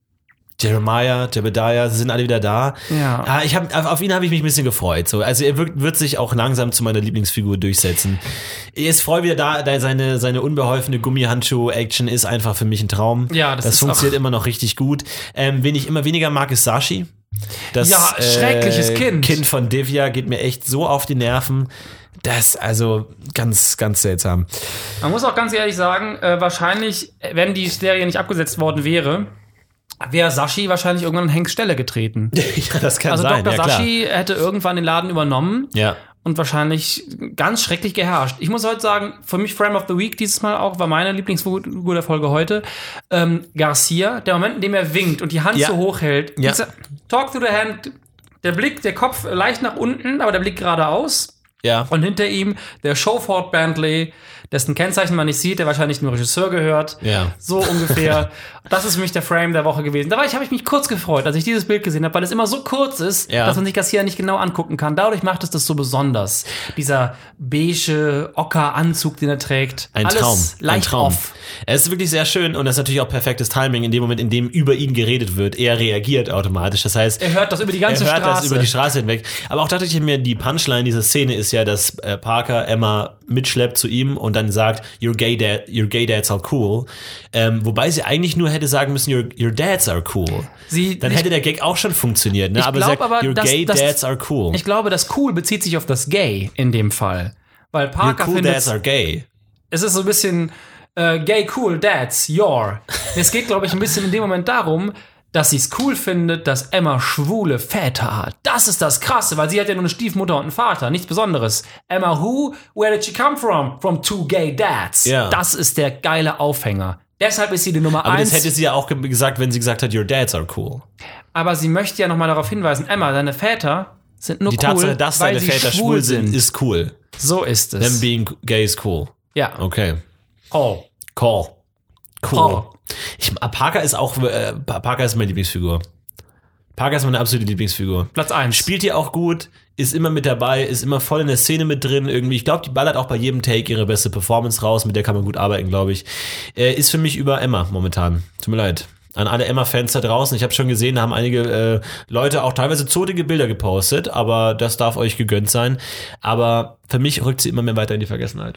Jeremiah, Jebediah, sie sind alle wieder da. Ja. Ah, ich hab, auf ihn habe ich mich ein bisschen gefreut. So, also er wird, wird sich auch langsam zu meiner Lieblingsfigur durchsetzen. Er ist voll wieder da, da seine, seine unbeholfene Gummihandschuh-Action ist einfach für mich ein Traum. Ja, das, das ist funktioniert immer noch richtig gut. Ähm, wen ich immer weniger mag, ist Sashi. Das ja, schreckliches äh, Kind. Kind von Divya geht mir echt so auf die Nerven. Das, also, ganz, ganz seltsam. Man muss auch ganz ehrlich sagen, äh, wahrscheinlich, wenn die Serie nicht abgesetzt worden wäre, wäre Sashi wahrscheinlich irgendwann an Hanks Stelle getreten. Ja, das kann also sein. Doktor Ja, Sashi hätte irgendwann den Laden übernommen. Ja. Und wahrscheinlich ganz schrecklich geherrscht. Ich muss heute sagen, für mich Frame of the Week dieses Mal auch, war meine Lieblingsfigur der Folge heute, ähm, Garcia, der Moment, in dem er winkt und die Hand ja. so hoch hält. Ja. Dieser, Talk to the hand, der Blick, der Kopf leicht nach unten, aber der Blick geradeaus. Ja. Und hinter ihm der Chauffeur Bentley, dessen Kennzeichen man nicht sieht, der wahrscheinlich nur Regisseur gehört. Ja. So ungefähr. Das ist für mich der Frame der Woche gewesen. Da habe ich mich kurz gefreut, als ich dieses Bild gesehen habe, weil es immer so kurz ist, ja. dass man sich das hier nicht genau angucken kann. Dadurch macht es das so besonders. Dieser beige Ocker-Anzug, den er trägt. Ein Alles Traum. leicht Ein Traum. off. Es ist wirklich sehr schön und das ist natürlich auch perfektes Timing in dem Moment, in dem über ihn geredet wird. Er reagiert automatisch. Das heißt, er hört das über die ganze er hört Straße. das über die Straße hinweg. Aber auch dachte ich mir, die Punchline dieser Szene ist ja, dass äh, Parker Emma mitschleppt zu ihm und dann sagt, your gay dad, your gay dads are cool. Ähm, wobei sie eigentlich nur hätte sagen müssen, your, your dads are cool. Sie, dann ich, hätte der Gag auch schon funktioniert. Ne? Ich aber glaub, sagt, aber your das, gay das, dads are cool. Ich glaube, das cool bezieht sich auf das Gay in dem Fall. Weil Parker your cool findet, dads are gay. Es ist so ein bisschen äh, gay cool dads, your. Es geht, glaube ich, ein bisschen in dem Moment darum, dass sie es cool findet, dass Emma schwule Väter hat. Das ist das Krasse, weil sie hat ja nur eine Stiefmutter und einen Vater, nichts Besonderes. Emma who? Where did she come from? From two gay dads. Ja. Das ist der geile Aufhänger. Deshalb ist sie die Nummer Aber eins. das hätte sie ja auch ge- gesagt, wenn sie gesagt hat, your dads are cool. Aber sie möchte ja nochmal darauf hinweisen, Emma, deine Väter sind nur die cool, Tatsache, dass weil deine sie Väter schwul sind, ist cool. So ist es. Them being gay is cool. Ja. Okay. Call. Call. Cool. Call. Ich, Parker ist auch, äh, Parker ist meine Lieblingsfigur. Parker ist meine absolute Lieblingsfigur. Platz eins. Spielt hier auch gut, ist immer mit dabei, ist immer voll in der Szene mit drin. Irgendwie, ich glaube, die ballert auch bei jedem Take ihre beste Performance raus, mit der kann man gut arbeiten, glaube ich. Äh, ist für mich über Emma momentan. Tut mir leid. An alle Emma-Fans da draußen. Ich habe schon gesehen, da haben einige äh, Leute auch teilweise zotige Bilder gepostet, aber das darf euch gegönnt sein. Aber für mich rückt sie immer mehr weiter in die Vergessenheit.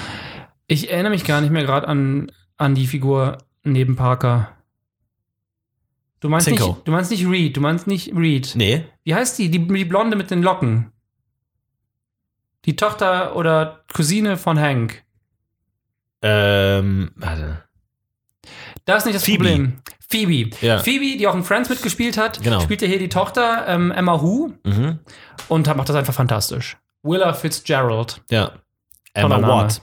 Ich erinnere mich gar nicht mehr gerade an, an die Figur neben Parker. Du meinst, nicht, du meinst nicht Reed, du meinst nicht Reed. Nee. Wie heißt die? Die, die Blonde mit den Locken. Die Tochter oder Cousine von Hank. Ähm, warte. Das ist nicht das Phoebe. Problem. Phoebe. Ja. Phoebe, die auch in Friends mitgespielt hat, genau. spielt ja hier die Tochter ähm, Emma Who mhm. und macht das einfach fantastisch. Willa Fitzgerald. Ja. Emma what?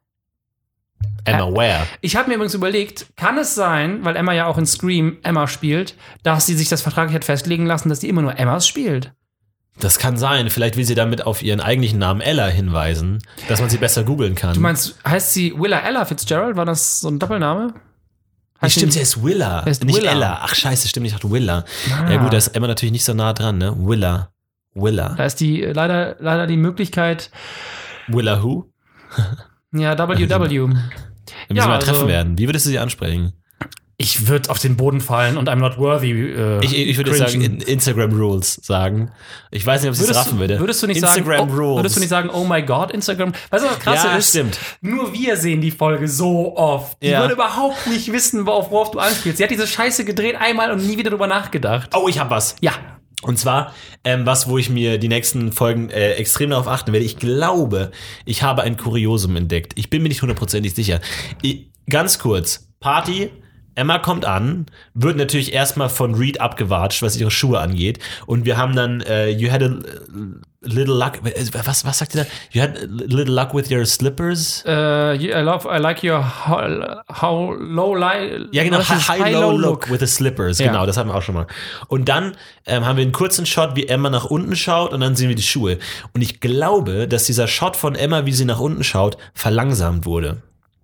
Emma Ä- where? Ich habe mir übrigens überlegt, kann es sein, weil Emma ja auch in Scream Emma spielt, dass sie sich das vertraglich hat festlegen lassen, dass sie immer nur Emmas spielt? Das kann sein. Vielleicht will sie damit auf ihren eigentlichen Namen Ella hinweisen, dass man sie besser googeln kann. Du meinst, heißt sie Willa Ella Fitzgerald? War das so ein Doppelname? Heißt stimmt, sie heißt Willa, heißt nicht Willa. Ella. Ach scheiße, stimmt, ich dachte Willa. Ah. Ja gut, da ist Emma natürlich nicht so nah dran, ne? Willa. Willa. Da ist die leider, leider die Möglichkeit. Willa who? Ja, W W. Wir müssen Ja, mal treffen also, werden. Wie würdest du sie ansprechen? Ich würde auf den Boden fallen und I'm not worthy. Äh, ich ich würde sagen, Instagram Rules sagen. Ich weiß nicht, ob sie es raffen würde. Würdest du nicht Instagram sagen, Rules. Oh, würdest du nicht sagen, oh my God, Instagram? Weißt du, was krass ja, ist? Stimmt. Nur wir sehen die Folge so oft. Die ja. würde überhaupt nicht wissen, worauf, worauf du anspielst. Sie hat diese Scheiße gedreht einmal und nie wieder drüber nachgedacht. Oh, ich hab was. Ja. Und zwar, ähm, was, wo ich mir die nächsten Folgen äh, extrem darauf achten werde. Ich glaube, ich habe ein Kuriosum entdeckt. Ich bin mir nicht hundertprozentig sicher. Ich, ganz kurz. Party. Emma kommt an, wird natürlich erstmal von Reed abgewatscht, was ihre Schuhe angeht. Und wir haben dann, uh, you had a little luck, was, was sagt ihr da? You had a little luck with your slippers? Uh, I, love, I like your how, how low light. Ja, genau, high, high low, low look. look with the slippers. Ja. Genau, das hatten wir auch schon mal. Und dann ähm, haben wir einen kurzen Shot, wie Emma nach unten schaut und dann sehen wir die Schuhe. Und ich glaube, dass dieser Shot von Emma, wie sie nach unten schaut, verlangsamt wurde.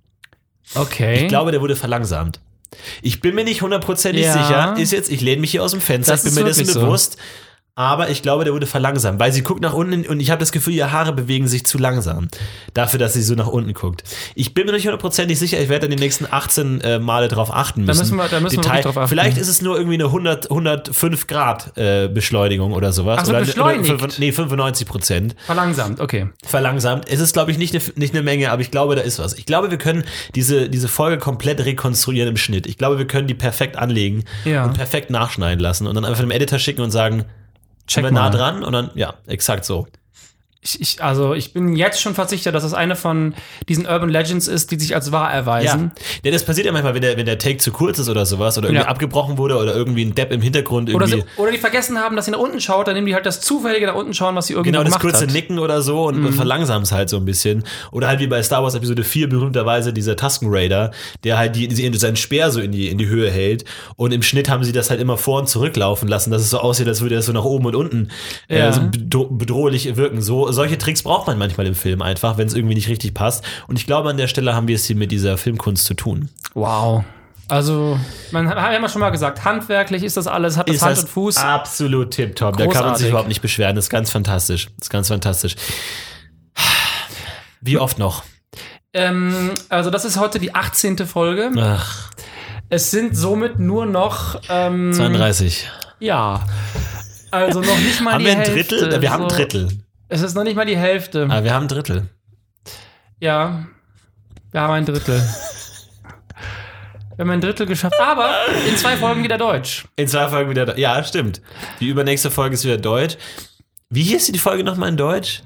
Okay. Ich glaube, der wurde verlangsamt. Ich bin mir nicht hundertprozentig ja. sicher. Ist jetzt, ich lehne mich hier aus dem Fenster, das ich bin mir dessen so. bewusst. Aber ich glaube, der wurde verlangsamt, weil sie guckt nach unten und ich habe das Gefühl, ihre Haare bewegen sich zu langsam. Dafür, dass sie so nach unten guckt. Ich bin mir nicht hundertprozentig sicher, ich werde dann die nächsten achtzehn äh, Male drauf achten müssen. Da müssen wir, da müssen wir drauf achten. Vielleicht ist es nur irgendwie eine hundert, hundertfünf Grad äh, Beschleunigung oder sowas. Ach so, oder beschleunigt? Oder, nee, fünfundneunzig Prozent. Verlangsamt, okay. Verlangsamt. Es ist, glaube ich, nicht eine, nicht eine Menge, aber ich glaube, da ist was. Ich glaube, wir können diese, diese Folge komplett rekonstruieren im Schnitt. Ich glaube, wir können die perfekt anlegen ja. und perfekt nachschneiden lassen und dann einfach dem Editor schicken und sagen, check wir nah dran und dann, ja, exakt so. Ich, ich, also ich bin jetzt schon versichert, dass das eine von diesen Urban Legends ist, die sich als wahr erweisen. Ja, ja das passiert ja manchmal, wenn der, wenn der Take zu kurz ist oder sowas oder irgendwie ja. abgebrochen wurde oder irgendwie ein Depp im Hintergrund irgendwie. Oder, sie, oder die vergessen haben, dass sie nach unten schaut, dann nehmen die halt das Zufällige nach unten schauen, was sie irgendwie genau, gemacht hat. Genau, das kurze Nicken oder so und, mhm. und verlangsamen es halt so ein bisschen. Oder halt wie bei Star Wars Episode vier berühmterweise dieser Tusken Raider, der halt die, die, seinen Speer so in die, in die Höhe hält und im Schnitt haben sie das halt immer vor und zurücklaufen lassen, dass es so aussieht, als würde er so nach oben und unten ja. äh, so bedro- bedrohlich wirken. So, solche Tricks braucht man manchmal im Film einfach, wenn es irgendwie nicht richtig passt. Und ich glaube, an der Stelle haben wir es hier mit dieser Filmkunst zu tun. Wow. Also, man hat ja schon mal gesagt, handwerklich ist das alles, hat das ist Hand das und Fuß. Absolut tipptopp. Da kann man sich überhaupt nicht beschweren. Das ist ganz fantastisch. Das ist ganz fantastisch. Wie oft noch? Ähm, also, das ist heute die achtzehnte Folge. Ach. Es sind somit nur noch ähm, zweiunddreißig. Ja. Also noch nicht mal haben die wir ein Hälfte. Drittel? Wir haben ein Drittel. Es ist noch nicht mal die Hälfte. Aber wir haben ein Drittel. Ja, wir haben ein Drittel. Wir haben ein Drittel geschafft, aber in zwei Folgen wieder Deutsch. In zwei Folgen wieder Deutsch. Ja, stimmt. Die übernächste Folge ist wieder Deutsch. Wie hieß die Folge nochmal in Deutsch?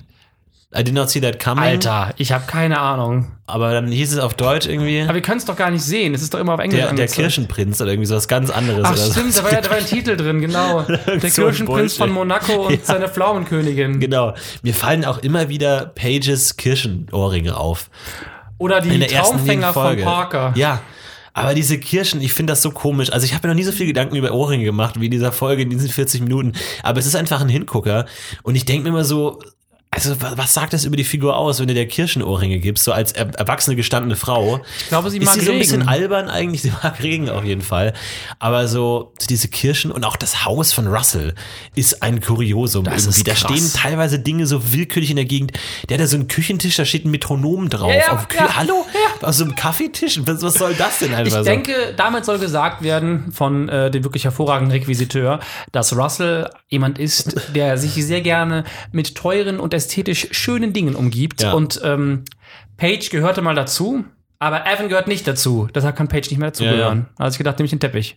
I did not see that coming. Alter, ich habe keine Ahnung. Aber dann hieß es auf Deutsch irgendwie. Aber wir können es doch gar nicht sehen. Es ist doch immer auf Englisch Der, der Kirschenprinz oder irgendwie sowas ganz anderes. Ach oder stimmt, so. da war ja da war ein Titel drin, genau. Der so Kirschenprinz von Monaco und ja. seine Pflaumenkönigin. Genau. Mir fallen auch immer wieder Pages Kirschenohrringe auf. Oder die Traumfänger von Parker. Ja. Aber diese Kirschen, ich finde das so komisch. Also ich habe mir noch nie so viel Gedanken über Ohrringe gemacht wie in dieser Folge, in diesen vierzig Minuten. Aber es ist einfach ein Hingucker. Und ich denke mir immer so, also was sagt das über die Figur aus, wenn du der Kirschenohrringe gibst, so als er, erwachsene, gestandene Frau? Ich glaube, sie ist mag sie so ein Regen. bisschen albern eigentlich, sie mag Regen auf jeden Fall. Aber so, so diese Kirschen und auch das Haus von Russell ist ein Kuriosum das irgendwie. Ist da krass. stehen teilweise Dinge so willkürlich in der Gegend. Der hat da so einen Küchentisch, da steht ein Metronom drauf. Ja, ja, auf Kü- ja, Hallo? Ja. Auf so einem Kaffeetisch? Was, was soll das denn einfach Ich so? denke, damit soll gesagt werden von äh, dem wirklich hervorragenden Requisiteur, dass Russell jemand ist, der sich sehr gerne mit teuren und ästhetisch schönen Dingen umgibt. Ja. Und ähm, Paige gehörte mal dazu, aber Evan gehört nicht dazu. Deshalb kann Paige nicht mehr dazugehören. Ja, ja. Da habe ich gedacht, nehme ich den Teppich.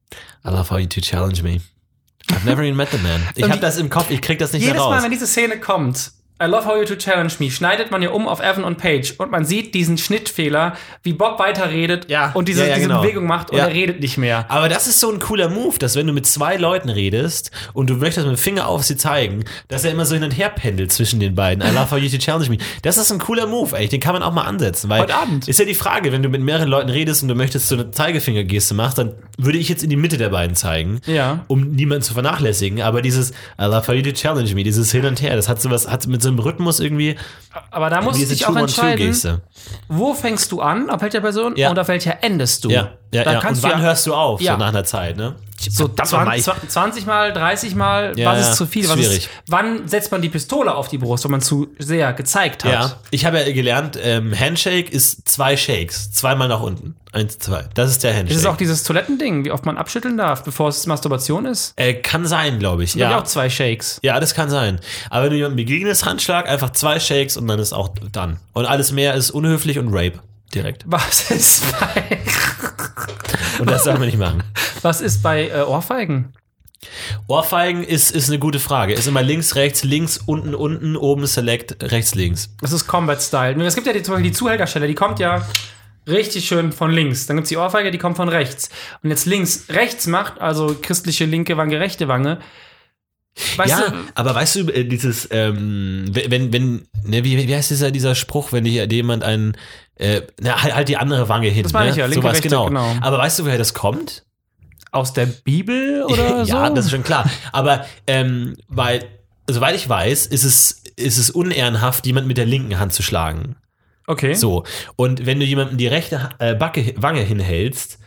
I love how you two challenge me. I've never even met the man. Ich habe das im Kopf, ich krieg das nicht Jedes mehr raus. Mal, wenn diese Szene kommt, I love how you to challenge me, schneidet man ja um auf Evan und Paige und man sieht diesen Schnittfehler, wie Bob weiterredet ja, und diese, ja, ja, diese genau. Bewegung macht und ja. er redet nicht mehr. Aber das ist so ein cooler Move, dass wenn du mit zwei Leuten redest und du möchtest mit dem Finger auf sie zeigen, dass er immer so hin und her pendelt zwischen den beiden. I love how you to challenge me. Das ist ein cooler Move, ey. Den kann man auch mal ansetzen. Weil Heute Abend. Ist ja die Frage, wenn du mit mehreren Leuten redest und du möchtest so eine Zeigefingergeste machst, dann würde ich jetzt in die Mitte der beiden zeigen, Ja. um niemanden zu vernachlässigen. Aber dieses I love how you to challenge me, dieses Hin und Her, das hat sowas, hat mit so einem Rhythmus irgendwie. Aber da musst du dich auch entscheiden, wo fängst du an, auf welcher Person ja. und auf welcher endest du. Ja, ja, Dann ja. kannst Und wann du ja, hörst du auf, ja. so nach einer Zeit, ne? So zwanzig, zwanzig Mal, dreißig Mal, ja, was ist zu viel? Was schwierig. ist, wann setzt man die Pistole auf die Brust, wenn man zu sehr gezeigt hat? Ja, ich habe ja gelernt, ähm, Handshake ist zwei Shakes, zweimal nach unten. Eins, zwei. Das ist der Handshake. Ist es auch dieses Toilettending, wie oft man abschütteln darf, bevor es Masturbation ist? Äh, kann sein, glaube ich. Ja. Ja. auch zwei Shakes. Ja, das kann sein. Aber wenn du jemandem begegnest, Handschlag, einfach zwei Shakes und dann ist auch dann. Und alles mehr ist unhöflich und Rape. Direkt. Was ist bei... Und das darf man nicht machen. Was ist bei äh, Ohrfeigen? Ohrfeigen ist, ist eine gute Frage. Ist immer links, rechts, links, unten, unten, oben Select, rechts, links. Das ist Combat-Style. Es gibt ja die, zum Beispiel die Zuhälterstelle, die kommt ja richtig schön von links. Dann gibt es die Ohrfeige, die kommt von rechts. Und jetzt links, rechts macht, also christliche linke Wange, rechte Wange. Weißt ja, du, aber weißt du, dieses, ähm, wenn, wenn, ne, wie, wie heißt dieser, dieser Spruch, wenn dir jemand einen, äh, na, halt, halt die andere Wange hin. Das meine ich ne? ja, linke, Sowas, rechte, genau. genau. Aber weißt du, woher das kommt? Aus der Bibel oder so? Ja, das ist schon klar. Aber, ähm, weil, soweit ich weiß, ist es, ist es unehrenhaft, jemanden mit der linken Hand zu schlagen. Okay. So. Und wenn du jemandem die rechte äh, Backe, Wange hinhältst,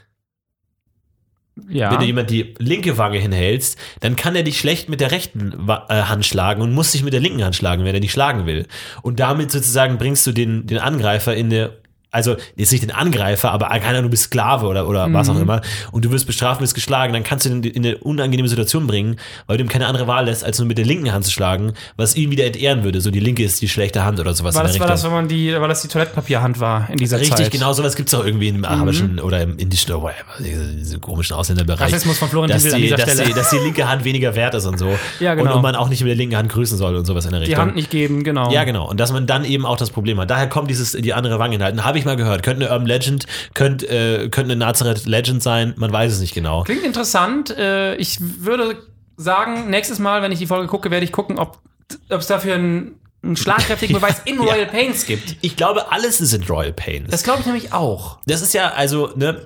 ja. wenn du jemand die linke Wange hinhältst, dann kann er dich schlecht mit der rechten Wa- äh, Hand schlagen und muss dich mit der linken Hand schlagen, wenn er dich schlagen will. Und damit sozusagen bringst du den, den Angreifer in eine, also jetzt nicht den Angreifer, aber keine Ahnung, du bist Sklave oder, oder mhm. was auch immer und du wirst bestraft, wirst geschlagen, dann kannst du ihn in eine unangenehme Situation bringen, weil du ihm keine andere Wahl lässt, als nur mit der linken Hand zu schlagen, was ihn wieder entehren würde. So, die linke ist die schlechte Hand oder sowas. War in das, der war das, wenn man die, weil das die Toilettenpapierhand war in dieser Richtig, Zeit? Richtig, genau sowas gibt es auch irgendwie im arabischen mhm. oder im indischen oder diese komischen Ausländerbereich. Rassismus von Florentin dass Will die, an dieser dass Stelle. Die, dass die linke Hand weniger wert ist und so. Ja, genau. Und, und man auch nicht mit der linken Hand grüßen soll und sowas in der Richtung. Die Hand nicht geben, genau. Ja, genau. Und dass man dann eben auch das Problem hat. Daher kommt dieses, die andere Wange hinhalten. Habe ich mal gehört. Könnte eine Urban Legend, könnte, äh, könnte eine Nazareth Legend sein. Man weiß es nicht genau. Klingt interessant. Äh, ich würde sagen, nächstes Mal, wenn ich die Folge gucke, werde ich gucken, ob es dafür einen, einen schlagkräftigen Beweis in Royal ja. Pains gibt. Ich glaube, alles ist in Royal Pains. Das glaube ich nämlich auch. Das ist ja, also, ne,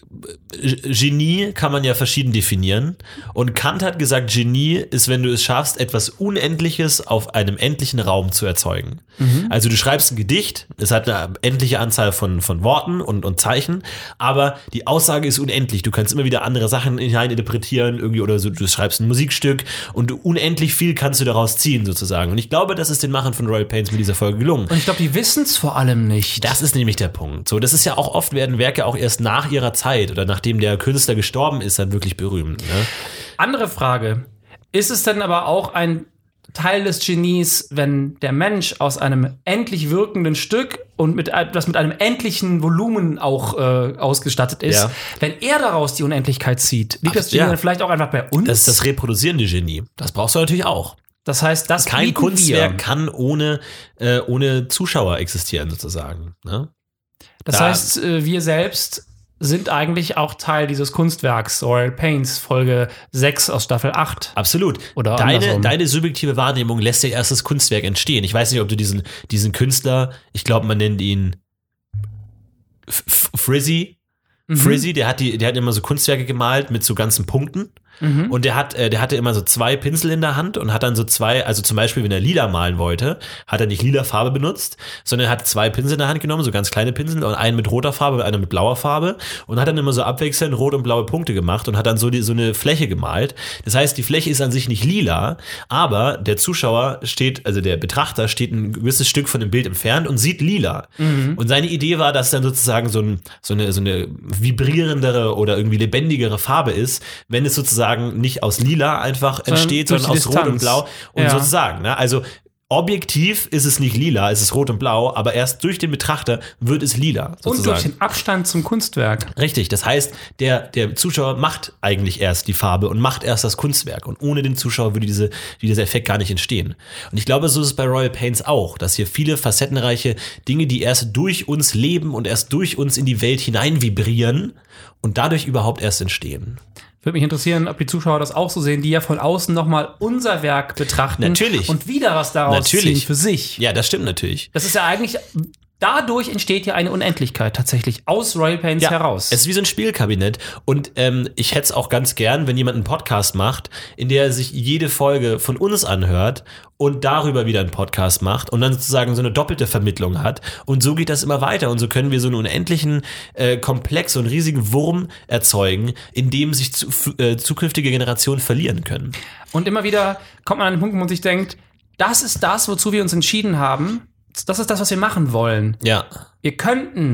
Genie kann man ja verschieden definieren. Und Kant hat gesagt, Genie ist, wenn du es schaffst, etwas Unendliches auf einem endlichen Raum zu erzeugen. Mhm. Also du schreibst ein Gedicht, es hat eine endliche Anzahl von, von Worten und, und Zeichen, aber die Aussage ist unendlich. Du kannst immer wieder andere Sachen hineininterpretieren irgendwie oder so. Du schreibst ein Musikstück und unendlich viel kannst du daraus ziehen sozusagen. Und ich glaube, das ist den Machern von Royal Pains mit dieser Folge gelungen. Und ich glaube, die wissen es vor allem nicht. Das ist nämlich der Punkt. So, das ist ja auch oft, werden Werke auch erst nach ihrer Zeit oder nachdem der Künstler gestorben ist, dann wirklich berühmt. Ne? Andere Frage. Ist es denn aber auch ein Teil des Genies, wenn der Mensch aus einem endlich wirkenden Stück und mit, das mit einem endlichen Volumen auch äh, ausgestattet ist, ja. wenn er daraus die Unendlichkeit zieht, liegt Ach, das Genie ja. dann vielleicht auch einfach bei uns? Das ist das reproduzierende Genie. Das brauchst du natürlich auch. Das heißt, das Kein Kunstwerk wir. kann ohne, äh, ohne Zuschauer existieren, sozusagen. Ne? Das da, heißt, äh, wir selbst sind eigentlich auch Teil dieses Kunstwerks, Royal Pains, Folge sechs aus Staffel acht. Absolut. Oder deine, deine subjektive Wahrnehmung lässt ja erst das Kunstwerk entstehen. Ich weiß nicht, ob du diesen, diesen Künstler, ich glaube, man nennt ihn F- Frizzy. Mhm. Frizzy, der hat die, der hat immer so Kunstwerke gemalt mit so ganzen Punkten. Mhm. Und der hat, äh, der hatte immer so zwei Pinsel in der Hand und hat dann so zwei, also zum Beispiel, wenn er lila malen wollte, hat er nicht lila Farbe benutzt, sondern er hat zwei Pinsel in der Hand genommen, so ganz kleine Pinsel und einen mit roter Farbe und einen mit blauer Farbe und hat dann immer so abwechselnd rot und blaue Punkte gemacht und hat dann so die, so eine Fläche gemalt. Das heißt, die Fläche ist an sich nicht lila, aber der Zuschauer steht, also der Betrachter steht ein gewisses Stück von dem Bild entfernt und sieht lila. Mhm. Und seine Idee war, dass dann sozusagen so, ein, so eine, so eine vibrierendere oder irgendwie lebendigere Farbe ist, wenn es sozusagen nicht aus lila einfach entsteht, sondern, sondern aus Distanz. Rot und Blau und ja. sozusagen. Ne? Also objektiv ist es nicht lila, es ist rot und blau, aber erst durch den Betrachter wird es lila. Sozusagen. Und durch den Abstand zum Kunstwerk. Richtig, das heißt, der, der Zuschauer macht eigentlich erst die Farbe und macht erst das Kunstwerk. Und ohne den Zuschauer würde diese, dieser Effekt gar nicht entstehen. Und ich glaube, so ist es bei Royal Pains auch, dass hier viele facettenreiche Dinge, die erst durch uns leben und erst durch uns in die Welt hinein vibrieren und dadurch überhaupt erst entstehen. Würde mich interessieren, ob die Zuschauer das auch so sehen, die ja von außen nochmal unser Werk betrachten. Natürlich. Und wieder was daraus natürlich. ziehen für sich. Ja, das stimmt natürlich. Das ist ja eigentlich, dadurch entsteht ja eine Unendlichkeit tatsächlich aus Royal Pains ja, heraus. Es ist wie so ein Spielkabinett. Und ähm, ich hätte es auch ganz gern, wenn jemand einen Podcast macht, in der er sich jede Folge von uns anhört und darüber wieder einen Podcast macht und dann sozusagen so eine doppelte Vermittlung hat. Und so geht das immer weiter. Und so können wir so einen unendlichen äh, Komplex, so einen riesigen Wurm erzeugen, in dem sich zu, äh, zukünftige Generationen verlieren können. Und immer wieder kommt man an den Punkt, wo man sich denkt, das ist das, wozu wir uns entschieden haben. Das ist das, was wir machen wollen. Ja. Wir könnten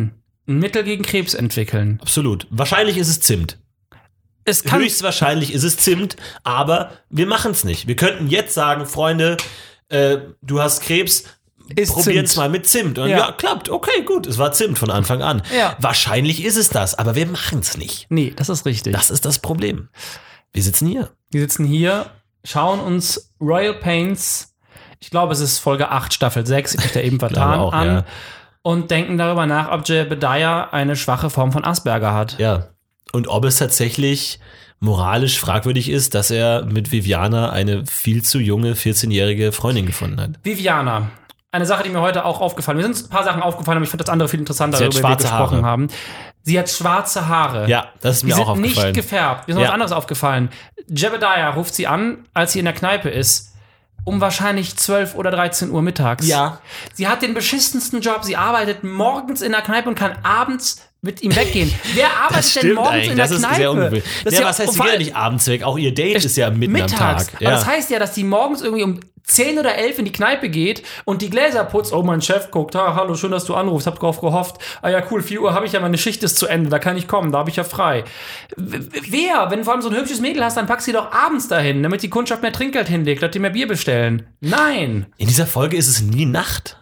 ein Mittel gegen Krebs entwickeln. Absolut. Wahrscheinlich ist es Zimt. Es kann Höchstwahrscheinlich ist es Zimt, aber wir machen es nicht. Wir könnten jetzt sagen, Freunde, äh, du hast Krebs, probieren es mal mit Zimt. Und ja. ja, klappt. Okay, gut. Es war Zimt von Anfang an. Ja. Wahrscheinlich ist es das, aber wir machen es nicht. Nee, das ist richtig. Das ist das Problem. Wir sitzen hier. Wir sitzen hier, schauen uns Royal Pains, ich glaube, es ist Folge acht, Staffel sechs, ich habe mich da eben vertan, auch, an ja. und denken darüber nach, ob Jebediah eine schwache Form von Asperger hat. Ja. Und ob es tatsächlich moralisch fragwürdig ist, dass er mit Viviana eine viel zu junge vierzehnjährige Freundin gefunden hat. Viviana. Eine Sache, die mir heute auch aufgefallen ist. Mir sind ein paar Sachen aufgefallen, aber ich finde das andere viel interessanter, Sie hat darüber wir schwarze gesprochen Haare. haben. Sie hat schwarze Haare. Ja, das ist mir die auch sind aufgefallen. nicht gefärbt. Mir ist noch Ja. was anderes aufgefallen. Jebediah ruft sie an, als sie in der Kneipe ist, um wahrscheinlich zwölf oder dreizehn Uhr mittags. Ja. Sie hat den beschissensten Job. Sie arbeitet morgens in der Kneipe und kann abends mit ihm weggehen. Wer arbeitet denn morgens in der das Kneipe? Ist sehr ungewöhnlich. Das Ja, ist ja was heißt, sie vor geht ja allem- nicht abends weg. Auch ihr Date ist ja mitten mittags. am Tag. Aber Ja. das heißt ja, dass die morgens irgendwie um zehn oder elf in die Kneipe geht und die Gläser putzt. Oh, mein Chef guckt. Ha, hallo, schön, dass du anrufst. Hab drauf gehofft. Ah ja, cool, vier Uhr habe ich ja, meine Schicht ist zu Ende. Da kann ich kommen, da habe ich ja frei. W- Wer? Wenn du vor allem so ein hübsches Mädel hast, dann pack sie doch abends dahin, damit die Kundschaft mehr Trinkgeld hinlegt, dass die mehr Bier bestellen. Nein. In dieser Folge ist es nie Nacht.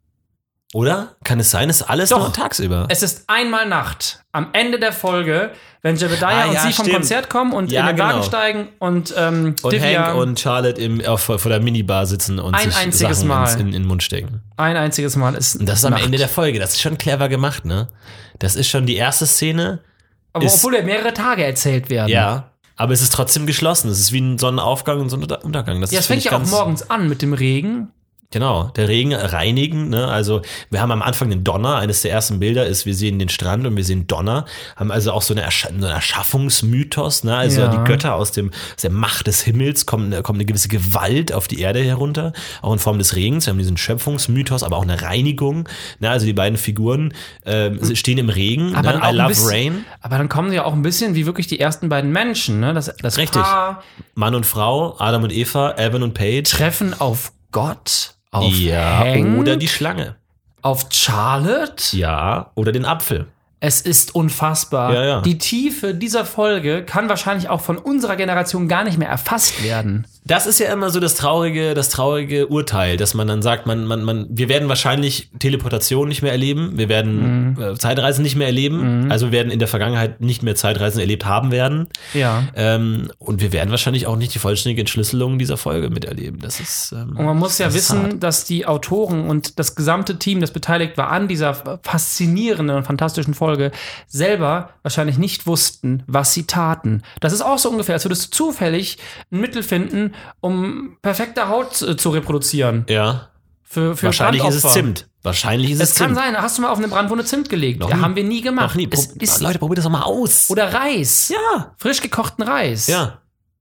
Oder? Kann es sein, es ist alles Doch. noch tagsüber? Es ist einmal Nacht. Am Ende der Folge, wenn Jebediah Ah, und ja, sie vom stimmt. Konzert kommen und Ja, in den Wagen genau. steigen und, ähm, Und Divya, Hank und Charlotte im, auf, vor der Minibar sitzen und Ein sich einziges Sachen Mal. ins, in, in den Mund stecken. ein einziges Mal ist Und das ist am Nacht. Ende der Folge. Das ist schon clever gemacht, ne? Das ist schon die erste Szene. Aber ist- obwohl ja mehrere Tage erzählt werden. Ja. Aber es ist trotzdem geschlossen. Es ist wie ein Sonnenaufgang und Sonnenuntergang. Das Ja, ist, es fängt finde ja ich, auch ganz- morgens an mit dem Regen. Genau, der Regen reinigen, ne? Also wir haben am Anfang den Donner, eines der ersten Bilder ist, wir sehen den Strand und wir sehen Donner, haben also auch so eine Ersch- so einen Erschaffungsmythos, ne? Also Ja. die Götter aus dem aus der Macht des Himmels kommen, kommt eine gewisse Gewalt auf die Erde herunter, auch in Form des Regens. Wir haben diesen Schöpfungsmythos, aber auch eine Reinigung, ne? Also die beiden Figuren äh, stehen im Regen, Aber ne? dann auch I ein love bisschen, rain. Aber dann kommen sie ja auch ein bisschen wie wirklich die ersten beiden Menschen, ne? Das, das Richtig. Paar Mann und Frau, Adam und Eva, Evan und Paige. treffen auf Gott, auf Ja, Hank, oder die Schlange. auf Charlotte. Ja, oder den Apfel. Es ist unfassbar. Ja, ja. Die Tiefe dieser Folge kann wahrscheinlich auch von unserer Generation gar nicht mehr erfasst werden. Das ist ja immer so das traurige, das traurige Urteil, dass man dann sagt, man, man, man, wir werden wahrscheinlich Teleportation nicht mehr erleben, wir werden Mhm. äh, Zeitreisen nicht mehr erleben, Mhm. also wir werden in der Vergangenheit nicht mehr Zeitreisen erlebt haben werden. Ja. Ähm, und wir werden wahrscheinlich auch nicht die vollständige Entschlüsselung dieser Folge miterleben. Das ist ähm, Und man muss ja das ist wissen, hart. dass die Autoren und das gesamte Team, das beteiligt war an dieser faszinierenden und fantastischen Folge, selber wahrscheinlich nicht wussten, was sie taten. Das ist auch so ungefähr, als würdest du zufällig ein Mittel finden, um perfekte Haut zu, zu reproduzieren. Ja, Für, für wahrscheinlich ist es Brandopfer. Zimt. Wahrscheinlich ist es, Es kann Zimt. sein, hast du mal auf eine Brandwunde Zimt gelegt? Noch Ja, nie. haben wir nie gemacht. Noch nie. Es Prob- ist, Leute, probiert das doch mal aus. oder Reis. Ja. Frisch gekochten Reis. Ja.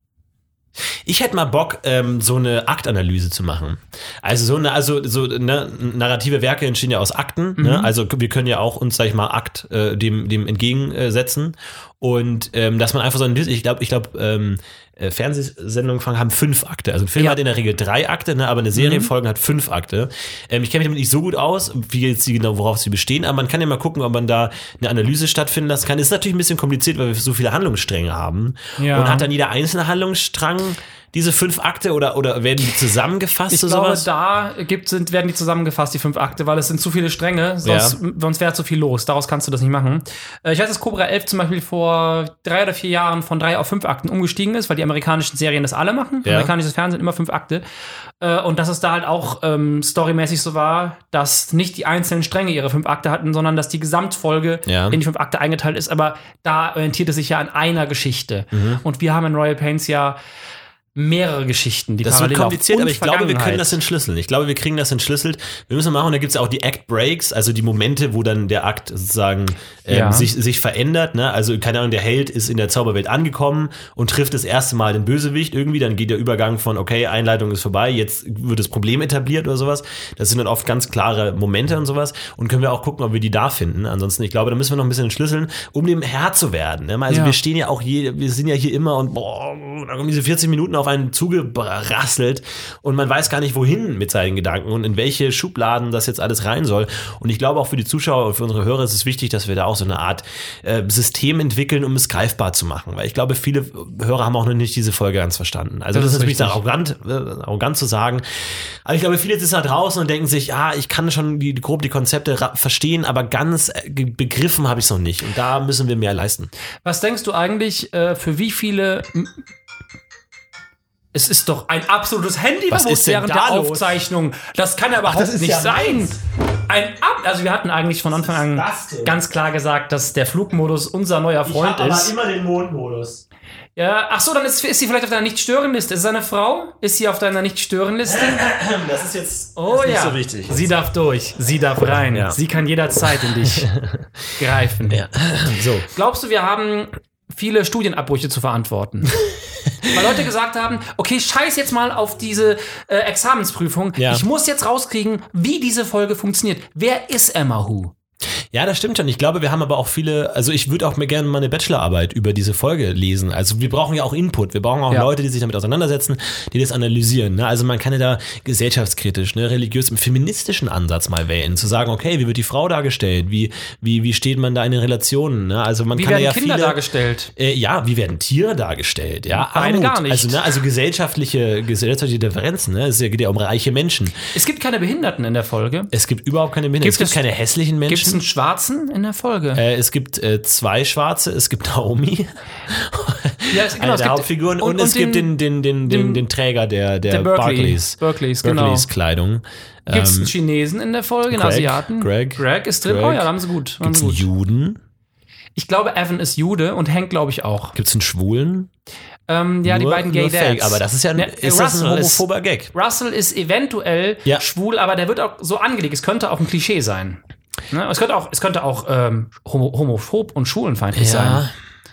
Ich hätte mal Bock, ähm, so eine Aktanalyse zu machen. Also so eine, also so ne, narrative Werke entstehen ja aus Akten. Mhm. Ne? Also wir können ja auch uns, sag ich mal, Akt äh, dem dem entgegensetzen und ähm, dass man einfach so ein, ich glaube, ich glaube, ähm, äh, Fernsehsendungen haben fünf Akte. Also ein Film Ja. hat in der Regel drei Akte, ne? Aber eine Serienfolge hat fünf Akte. Ähm, ich kenne mich damit nicht so gut aus, wie jetzt sie genau, worauf sie bestehen, aber man kann ja mal gucken, ob man da eine Analyse stattfinden lassen kann. Ist natürlich ein bisschen kompliziert, weil wir so viele Handlungsstränge haben. Ja. Und hat dann jeder einzelne Handlungsstrang diese fünf Akte oder, oder werden die zusammengefasst Ich zu glaube, sowas? da gibt, sind, werden die zusammengefasst, die fünf Akte, weil es sind zu viele Stränge, sonst, Ja. sonst wäre zu viel los. Daraus kannst du das nicht machen. Äh, Ich weiß, dass Cobra elf zum Beispiel vor drei oder vier Jahren von drei auf fünf Akten umgestiegen ist, weil die amerikanischen Serien das alle machen. Ja. Amerikanisches Fernsehen immer fünf Akte. Äh, Und dass es da halt auch ähm, storymäßig so war, dass nicht die einzelnen Stränge ihre fünf Akte hatten, sondern dass die Gesamtfolge Ja. in die fünf Akte eingeteilt ist. Aber da orientiert es sich ja an einer Geschichte. Mhm. Und wir haben in Royal Pains ja mehrere Geschichten, die Das wird parallel laufen. kompliziert, Und aber ich glaube, wir können Vergangenheit. das entschlüsseln. Ich glaube, wir kriegen das entschlüsselt. Wir müssen machen, und da gibt es auch die Act Breaks, also die Momente, wo dann der Akt sozusagen ähm, Ja. sich, sich verändert. Ne? Also, keine Ahnung, der Held ist in der Zauberwelt angekommen und trifft das erste Mal den Bösewicht irgendwie. Dann geht der Übergang von, okay, Einleitung ist vorbei, jetzt wird das Problem etabliert oder sowas. Das sind dann oft ganz klare Momente und sowas. Und können wir auch gucken, ob wir die da finden. Ansonsten, ich glaube, da müssen wir noch ein bisschen entschlüsseln, um dem Herr zu werden. Ne? Also, Ja. wir stehen ja auch hier, wir sind ja hier immer und boah, dann kommen diese vierzig Minuten auf einen zugerasselt und man weiß gar nicht, wohin mit seinen Gedanken und in welche Schubladen das jetzt alles rein soll. Und ich glaube auch für die Zuschauer und für unsere Hörer ist es wichtig, dass wir da auch so eine Art äh, System entwickeln, um es greifbar zu machen. Weil ich glaube, viele Hörer haben auch noch nicht diese Folge ganz verstanden. Also das, das ist natürlich sehr arrogant, äh, arrogant zu sagen. Aber ich glaube, viele sitzen da draußen und denken sich, ja, ich kann schon die, grob die Konzepte ra- verstehen, aber ganz äh, begriffen habe ich es noch nicht. Und da müssen wir mehr leisten. Was denkst du eigentlich, äh, für wie viele... M- Es ist doch ein absolutes Handyverbot während der los? Aufzeichnung. Das kann ja überhaupt Ach, nicht ja sein. Nice. Ein Ab also wir hatten eigentlich von Anfang an ganz klar gesagt, dass der Flugmodus unser neuer Freund ich ist. Aber immer den Mondmodus. Ja, ach so, dann ist, ist sie vielleicht auf deiner Nicht-Stören-Liste. Ist sie eine Frau? Ist sie auf deiner Nicht-Stören-Liste? Das ist jetzt oh, ist nicht ja. so wichtig. Sie darf durch. Sie darf rein. Ja. Sie kann jederzeit in dich greifen. Ja. So. Glaubst du, wir haben viele Studienabbrüche zu verantworten? Weil Leute gesagt haben, okay, scheiß jetzt mal auf diese äh, Examensprüfung. Ja. Ich muss jetzt rauskriegen, wie diese Folge funktioniert. Wer ist Emma Who? Ja, das stimmt schon. Ich glaube, wir haben aber auch viele, also ich würde auch mir gerne mal eine Bachelorarbeit über diese Folge lesen. Also wir brauchen ja auch Input. Wir brauchen auch ja. Leute, die sich damit auseinandersetzen, die das analysieren. Ne? Also man kann ja da gesellschaftskritisch, ne, religiös, im feministischen Ansatz mal wählen. Zu sagen, okay, wie wird die Frau dargestellt? Wie, wie, wie steht man da in den Relationen? Ne? Also man wie kann werden ja Kinder viele, äh, Äh, ja, wie werden Tiere dargestellt? Ja, Armut. Gar nicht. Also, ne, also gesellschaftliche, gesellschaftliche Differenzen. Ne? Es geht ja um reiche Menschen. Es gibt keine Behinderten in der Folge. Es gibt überhaupt keine Behinderten. Gibt es gibt es, keine hässlichen Menschen. Gibt es einen Schwarzen in der Folge? Äh, es gibt äh, zwei Schwarze, es gibt Naomi, ja, es, genau, eine es der Hauptfiguren, und, und, und es den, gibt den, den, den, den, den Träger der, der, der Berkeley, Barclays, Barclays, genau. Barclays Kleidung. Gibt es einen Chinesen in der Folge, einen Greg, Asiaten? Greg. Greg ist drin. Greg. Oh ja, da haben sie gut. Gibt es einen Juden? Ich glaube, Evan ist Jude und Hank glaube ich auch. Gibt es einen Schwulen? Ähm, ja, nur, die beiden Gay Dads. Aber das ist ja ein, ne, ist das ein homophober Gag. Russell ist eventuell ja. schwul, aber der wird auch so angelegt. Es könnte auch ein Klischee sein. Ne? Es könnte auch, es könnte auch ähm, homophob und schwulenfeindlich ja. sein.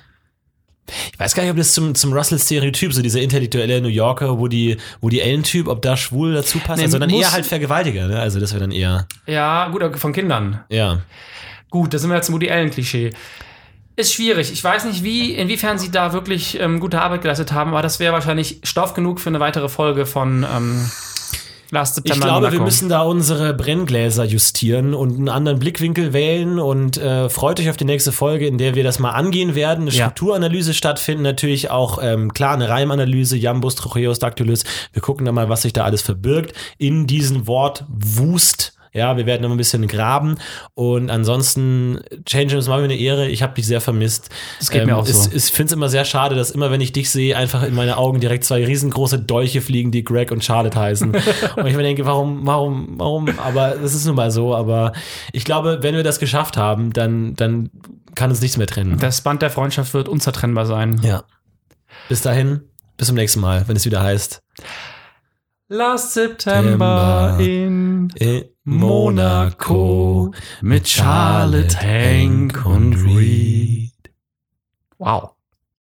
Ich weiß gar nicht, ob das zum, zum Russell-Stereotyp, so dieser intellektuelle New Yorker, wo die, wo die Ellen-Typ, ob da schwul dazu passt, nee, sondern eher halt Vergewaltiger, ne? Also das wäre dann eher. Ja, gut, von Kindern. Ja. Gut, da sind wir jetzt im Woody Allen-Klischee. Ist schwierig. Ich weiß nicht, wie, inwiefern sie da wirklich ähm, gute Arbeit geleistet haben, aber das wäre wahrscheinlich Stoff genug für eine weitere Folge von ähm, Last September. Ich glaube, wir müssen da unsere Brenngläser justieren und einen anderen Blickwinkel wählen und äh, freut euch auf die nächste Folge, in der wir das mal angehen werden, eine ja. Strukturanalyse stattfinden, natürlich auch, ähm, klar, eine Reimanalyse, Jambus, Trocheus, Dactylus. Wir gucken da mal, was sich da alles verbirgt in diesem Wort Wust. Ja, wir werden noch ein bisschen graben und ansonsten, Change, es war mir eine Ehre, ich habe dich sehr vermisst. Das geht ähm, mir auch so. Es, ich finde es immer sehr schade, dass immer, wenn ich dich sehe, einfach in meine Augen direkt zwei riesengroße Dolche fliegen, die Greg und Charlotte heißen. Und ich mir denke, warum, warum, warum, aber das ist nun mal so, aber ich glaube, wenn wir das geschafft haben, dann, dann kann uns nichts mehr trennen. Das Band der Freundschaft wird unzertrennbar sein. Ja. Bis dahin, bis zum nächsten Mal, wenn es wieder heißt Last September in, in Monaco mit Charlotte, Hank und Reed. Wow.